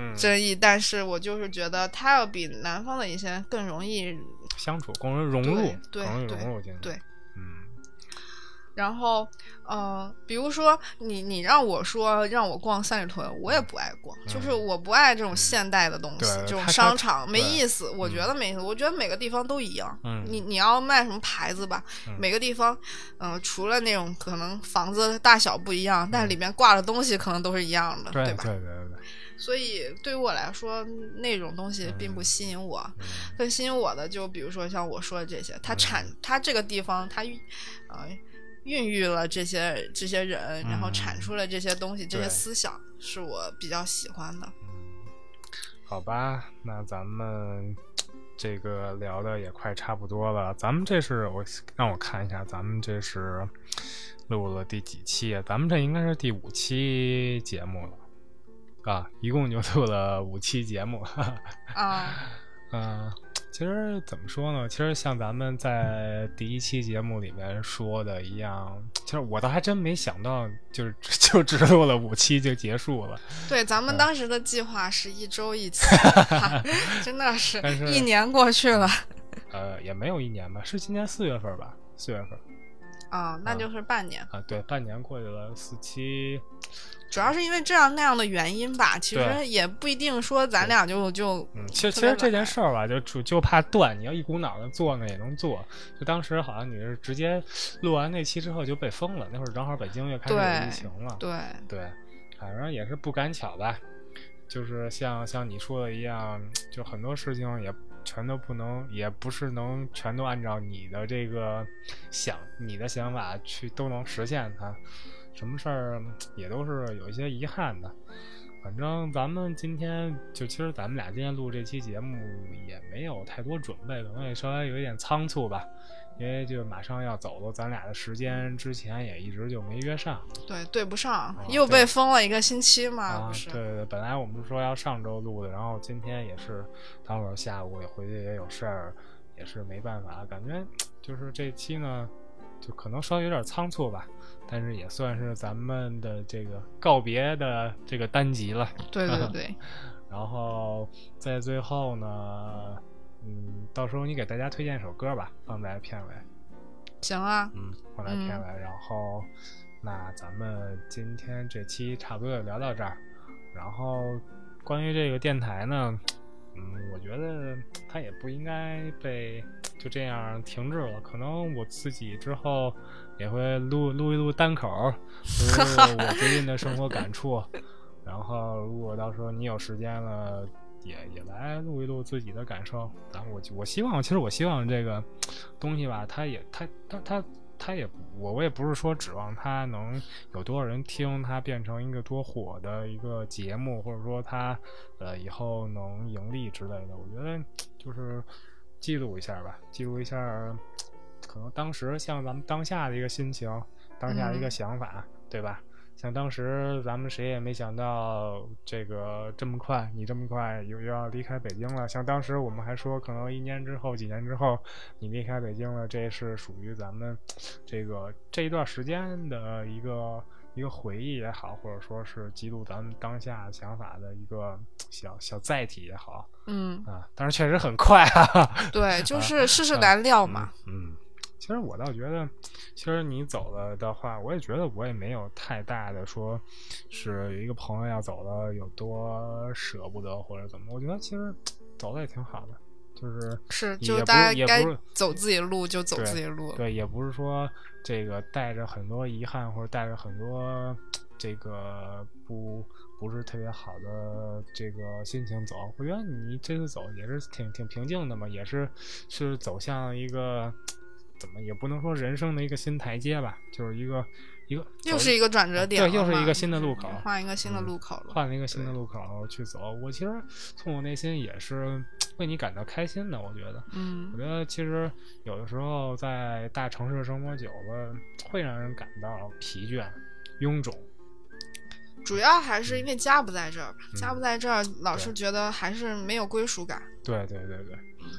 争议，但是我就是觉得它要比南方的一些更容易相处，更容易融入， 对更容易融入进去。 对， 嗯。 然后，嗯、呃，比如说你你让我说让我逛三里屯，我也不爱逛，嗯、就是我不爱这种现代的东西， 嗯、 这种商场没意思，我觉得没意思。我觉得每个地方都一样， 嗯、 你你要卖什么牌子吧， 嗯、 每个地方，嗯、呃，除了那种可能房子大小不一样，嗯、但里面挂的东西可能都是一样的， 对对吧？ 对对对。 所以对于我来说，那种东西并不吸引我。 嗯、 更吸引我的，就比如说像我说的这些，它产， 嗯、 它这个地方，它，呃。孕育了这些这些人，然后产出了这些东西， 嗯、 这些思想是我比较喜欢的。 嗯，好吧，那咱们这个聊的也快差不多了。咱们这是我让我看一下，咱们这是录了第几期？咱们这应该是第五期节目了啊，一共就录了五期节目。 啊， 嗯。其实怎么说呢？其实像咱们在第一期节目里面说的一样，其实我倒还真没想到，就是就只录了五期就结束了。 对，咱们当时的计划是一周一期，嗯、真的是一年过去了。 呃，也没有一年吧，是今年四月份吧？四月份。 啊、哦，那就是半年啊。对，半年过去了，四期。 主要是因为这样那样的原因吧，其实也不一定说咱俩就就嗯，其实其实这件事儿吧，就就怕断，你要一股脑的做呢也能做。就当时好像你是直接录完那期之后就被封了，那会儿正好北京也开始有疫情了， 对对，反正也是不赶巧吧。就是像像你说的一样，就很多事情也全都不能，也不是能全都按照你的这个想你的想法去都能实现它。什么事儿也都是有一些遗憾的，反正咱们今天就其实咱们俩今天录这期节目也没有太多准备，可能也稍微有一点仓促吧，因为就马上要走了，咱俩的时间之前也一直就没约上， 对对不上、 哦、 又被封了一个星期嘛、 啊、 不是？ 对对，本来我们说要上周录的，然后今天也是等会儿下午也回去也有事儿，也是没办法，感觉就是这期呢就可能稍微有点仓促吧，但是也算是咱们的这个告别的这个单集了。 对对对。 然后在最后呢，嗯，到时候你给大家推荐一首歌吧，放在片尾。 行啊。 嗯，放在片尾。嗯、然后，那咱们今天这期差不多就聊到这儿。然后关于这个电台呢，嗯，我觉得它也不应该被就这样停滞了，可能我自己之后也会录录一录单口，录我最近的生活感触。然后如果到时候你有时间了，也也来录一录自己的感受。然后我我希望，其实我希望这个东西吧，它也它它它它也我我也不是说指望它能有多少人听，它变成一个多火的一个节目，或者说它呃以后能盈利之类的。我觉得就是记录一下吧，记录一下可能当时像咱们当下的一个心情，当下的一个想法、嗯、对吧？像当时咱们谁也没想到这个这么快，你这么快又要离开北京了。像当时我们还说可能一年之后几年之后你离开北京了，这是属于咱们这个这一段时间的一个一个回忆也好，或者说是记录咱们当下想法的一个小小载体也好。 嗯啊，但是确实很快啊。 对，就是世事难料嘛。 啊、嗯。嗯其实我倒觉得，其实你走了的话，我也觉得我也没有太大的说是有一个朋友要走了有多舍不得或者怎么，我觉得其实走了也挺好的，就是是就大家该走自己的路就走对自己的路， 对，也不是说这个带着很多遗憾或者带着很多这个不不是特别好的这个心情走。我觉得你这次走也是挺挺平静的嘛，也是是走向一个。怎么也不能说人生的一个新台阶吧，就是一个一个又是一个转折点， 对，又是一个新的路口， 换一个新的路口了， 嗯、换了一个新的路口去走。我其实从我内心也是为你感到开心的，我觉得， 嗯， 我觉得其实有的时候在大城市生活久了，会让人感到疲倦、臃肿。 主要还是因为家不在这儿吧， 嗯、 家不在这儿，老是觉得还是没有归属感。 对对对对。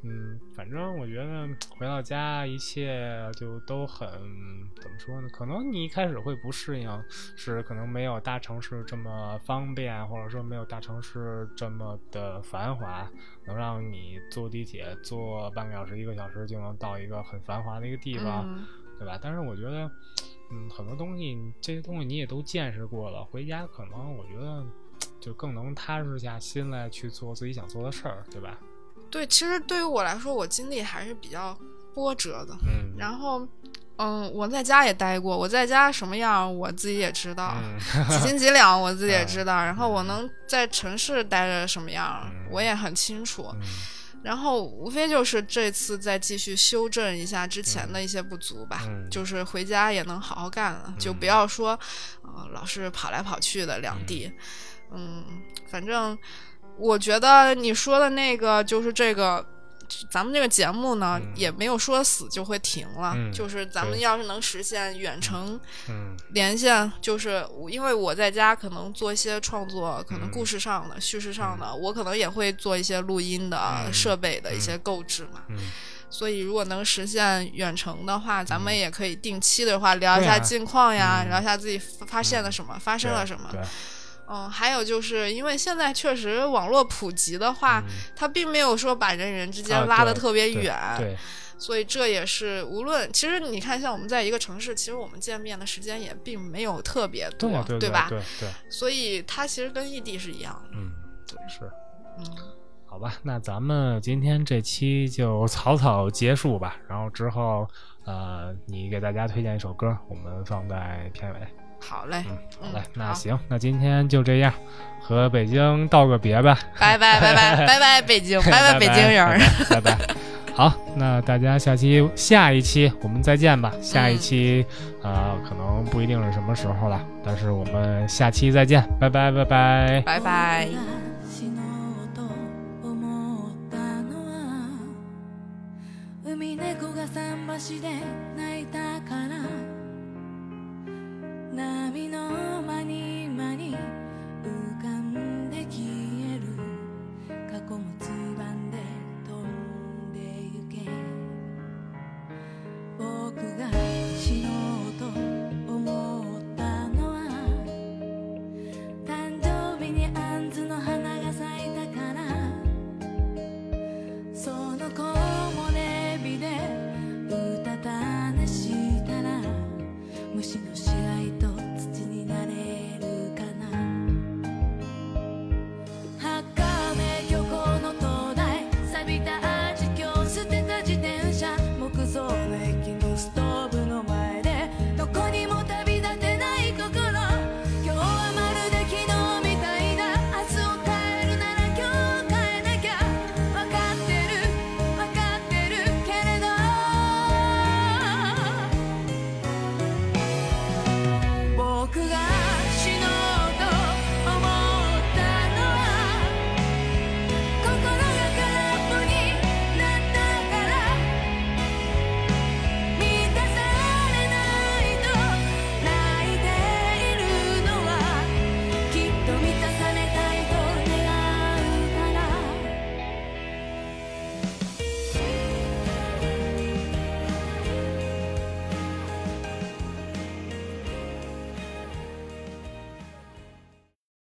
嗯，反正我觉得回到家一切就都很怎么说呢？可能你一开始会不适应，是可能没有大城市这么方便，或者说没有大城市这么的繁华，能让你坐地铁坐半个小时、一个小时就能到一个很繁华的一个地方， 嗯、 对吧？但是我觉得，嗯，很多东西这些东西你也都见识过了，回家可能我觉得就更能踏实下心来去做自己想做的事儿，对吧？ 对，其实对于我来说，我经历还是比较波折的。 嗯， 然后，嗯，我在家也待过，我在家什么样我自己也知道， 嗯、 几斤几两我自己也知道。然后我能在城市待着什么样，嗯、我也很清楚。 嗯、 然后无非就是这次再继续修正一下之前的一些不足吧， 嗯、 就是回家也能好好干了， 嗯、 就不要说，呃，老是跑来跑去的两地。嗯，嗯反正。我觉得你说的那个就是这个，咱们这个节目呢、嗯、也没有说死就会停了、 嗯、 就是咱们要是能实现远程连线、 嗯、就是因为我在家可能做一些创作，可能故事上的、嗯、叙事上的、嗯、我可能也会做一些录音的、嗯、设备的一些购置嘛、 嗯嗯、 所以如果能实现远程的话、嗯、咱们也可以定期的话聊一下近况呀、 啊嗯、 聊一下自己发现了什么、嗯、发生了什么。嗯，还有就是因为现在确实网络普及的话、嗯、它并没有说把人与人之间拉得特别远、 啊、对, 对, 对所以这也是无论其实你看像我们在一个城市，其实我们见面的时间也并没有特别多， 对, 对, 对吧？ 对对， 所以它其实跟异地是一样的。 嗯，对，是。 嗯， 好吧，那咱们今天这期就草草结束吧，然后之后呃你给大家推荐一首歌，我们放在片尾。 好嘞， 嗯，好嘞， 嗯、 那行，那今天就这样，和北京道个别吧， 拜拜拜拜拜拜北京，拜拜北京人， 拜拜。好，那大家下期下一期我们再见吧。下一期啊、 嗯呃，可能不一定是什么时候了，但是我们下期再见，拜拜拜拜拜拜。 海猫が桟橋で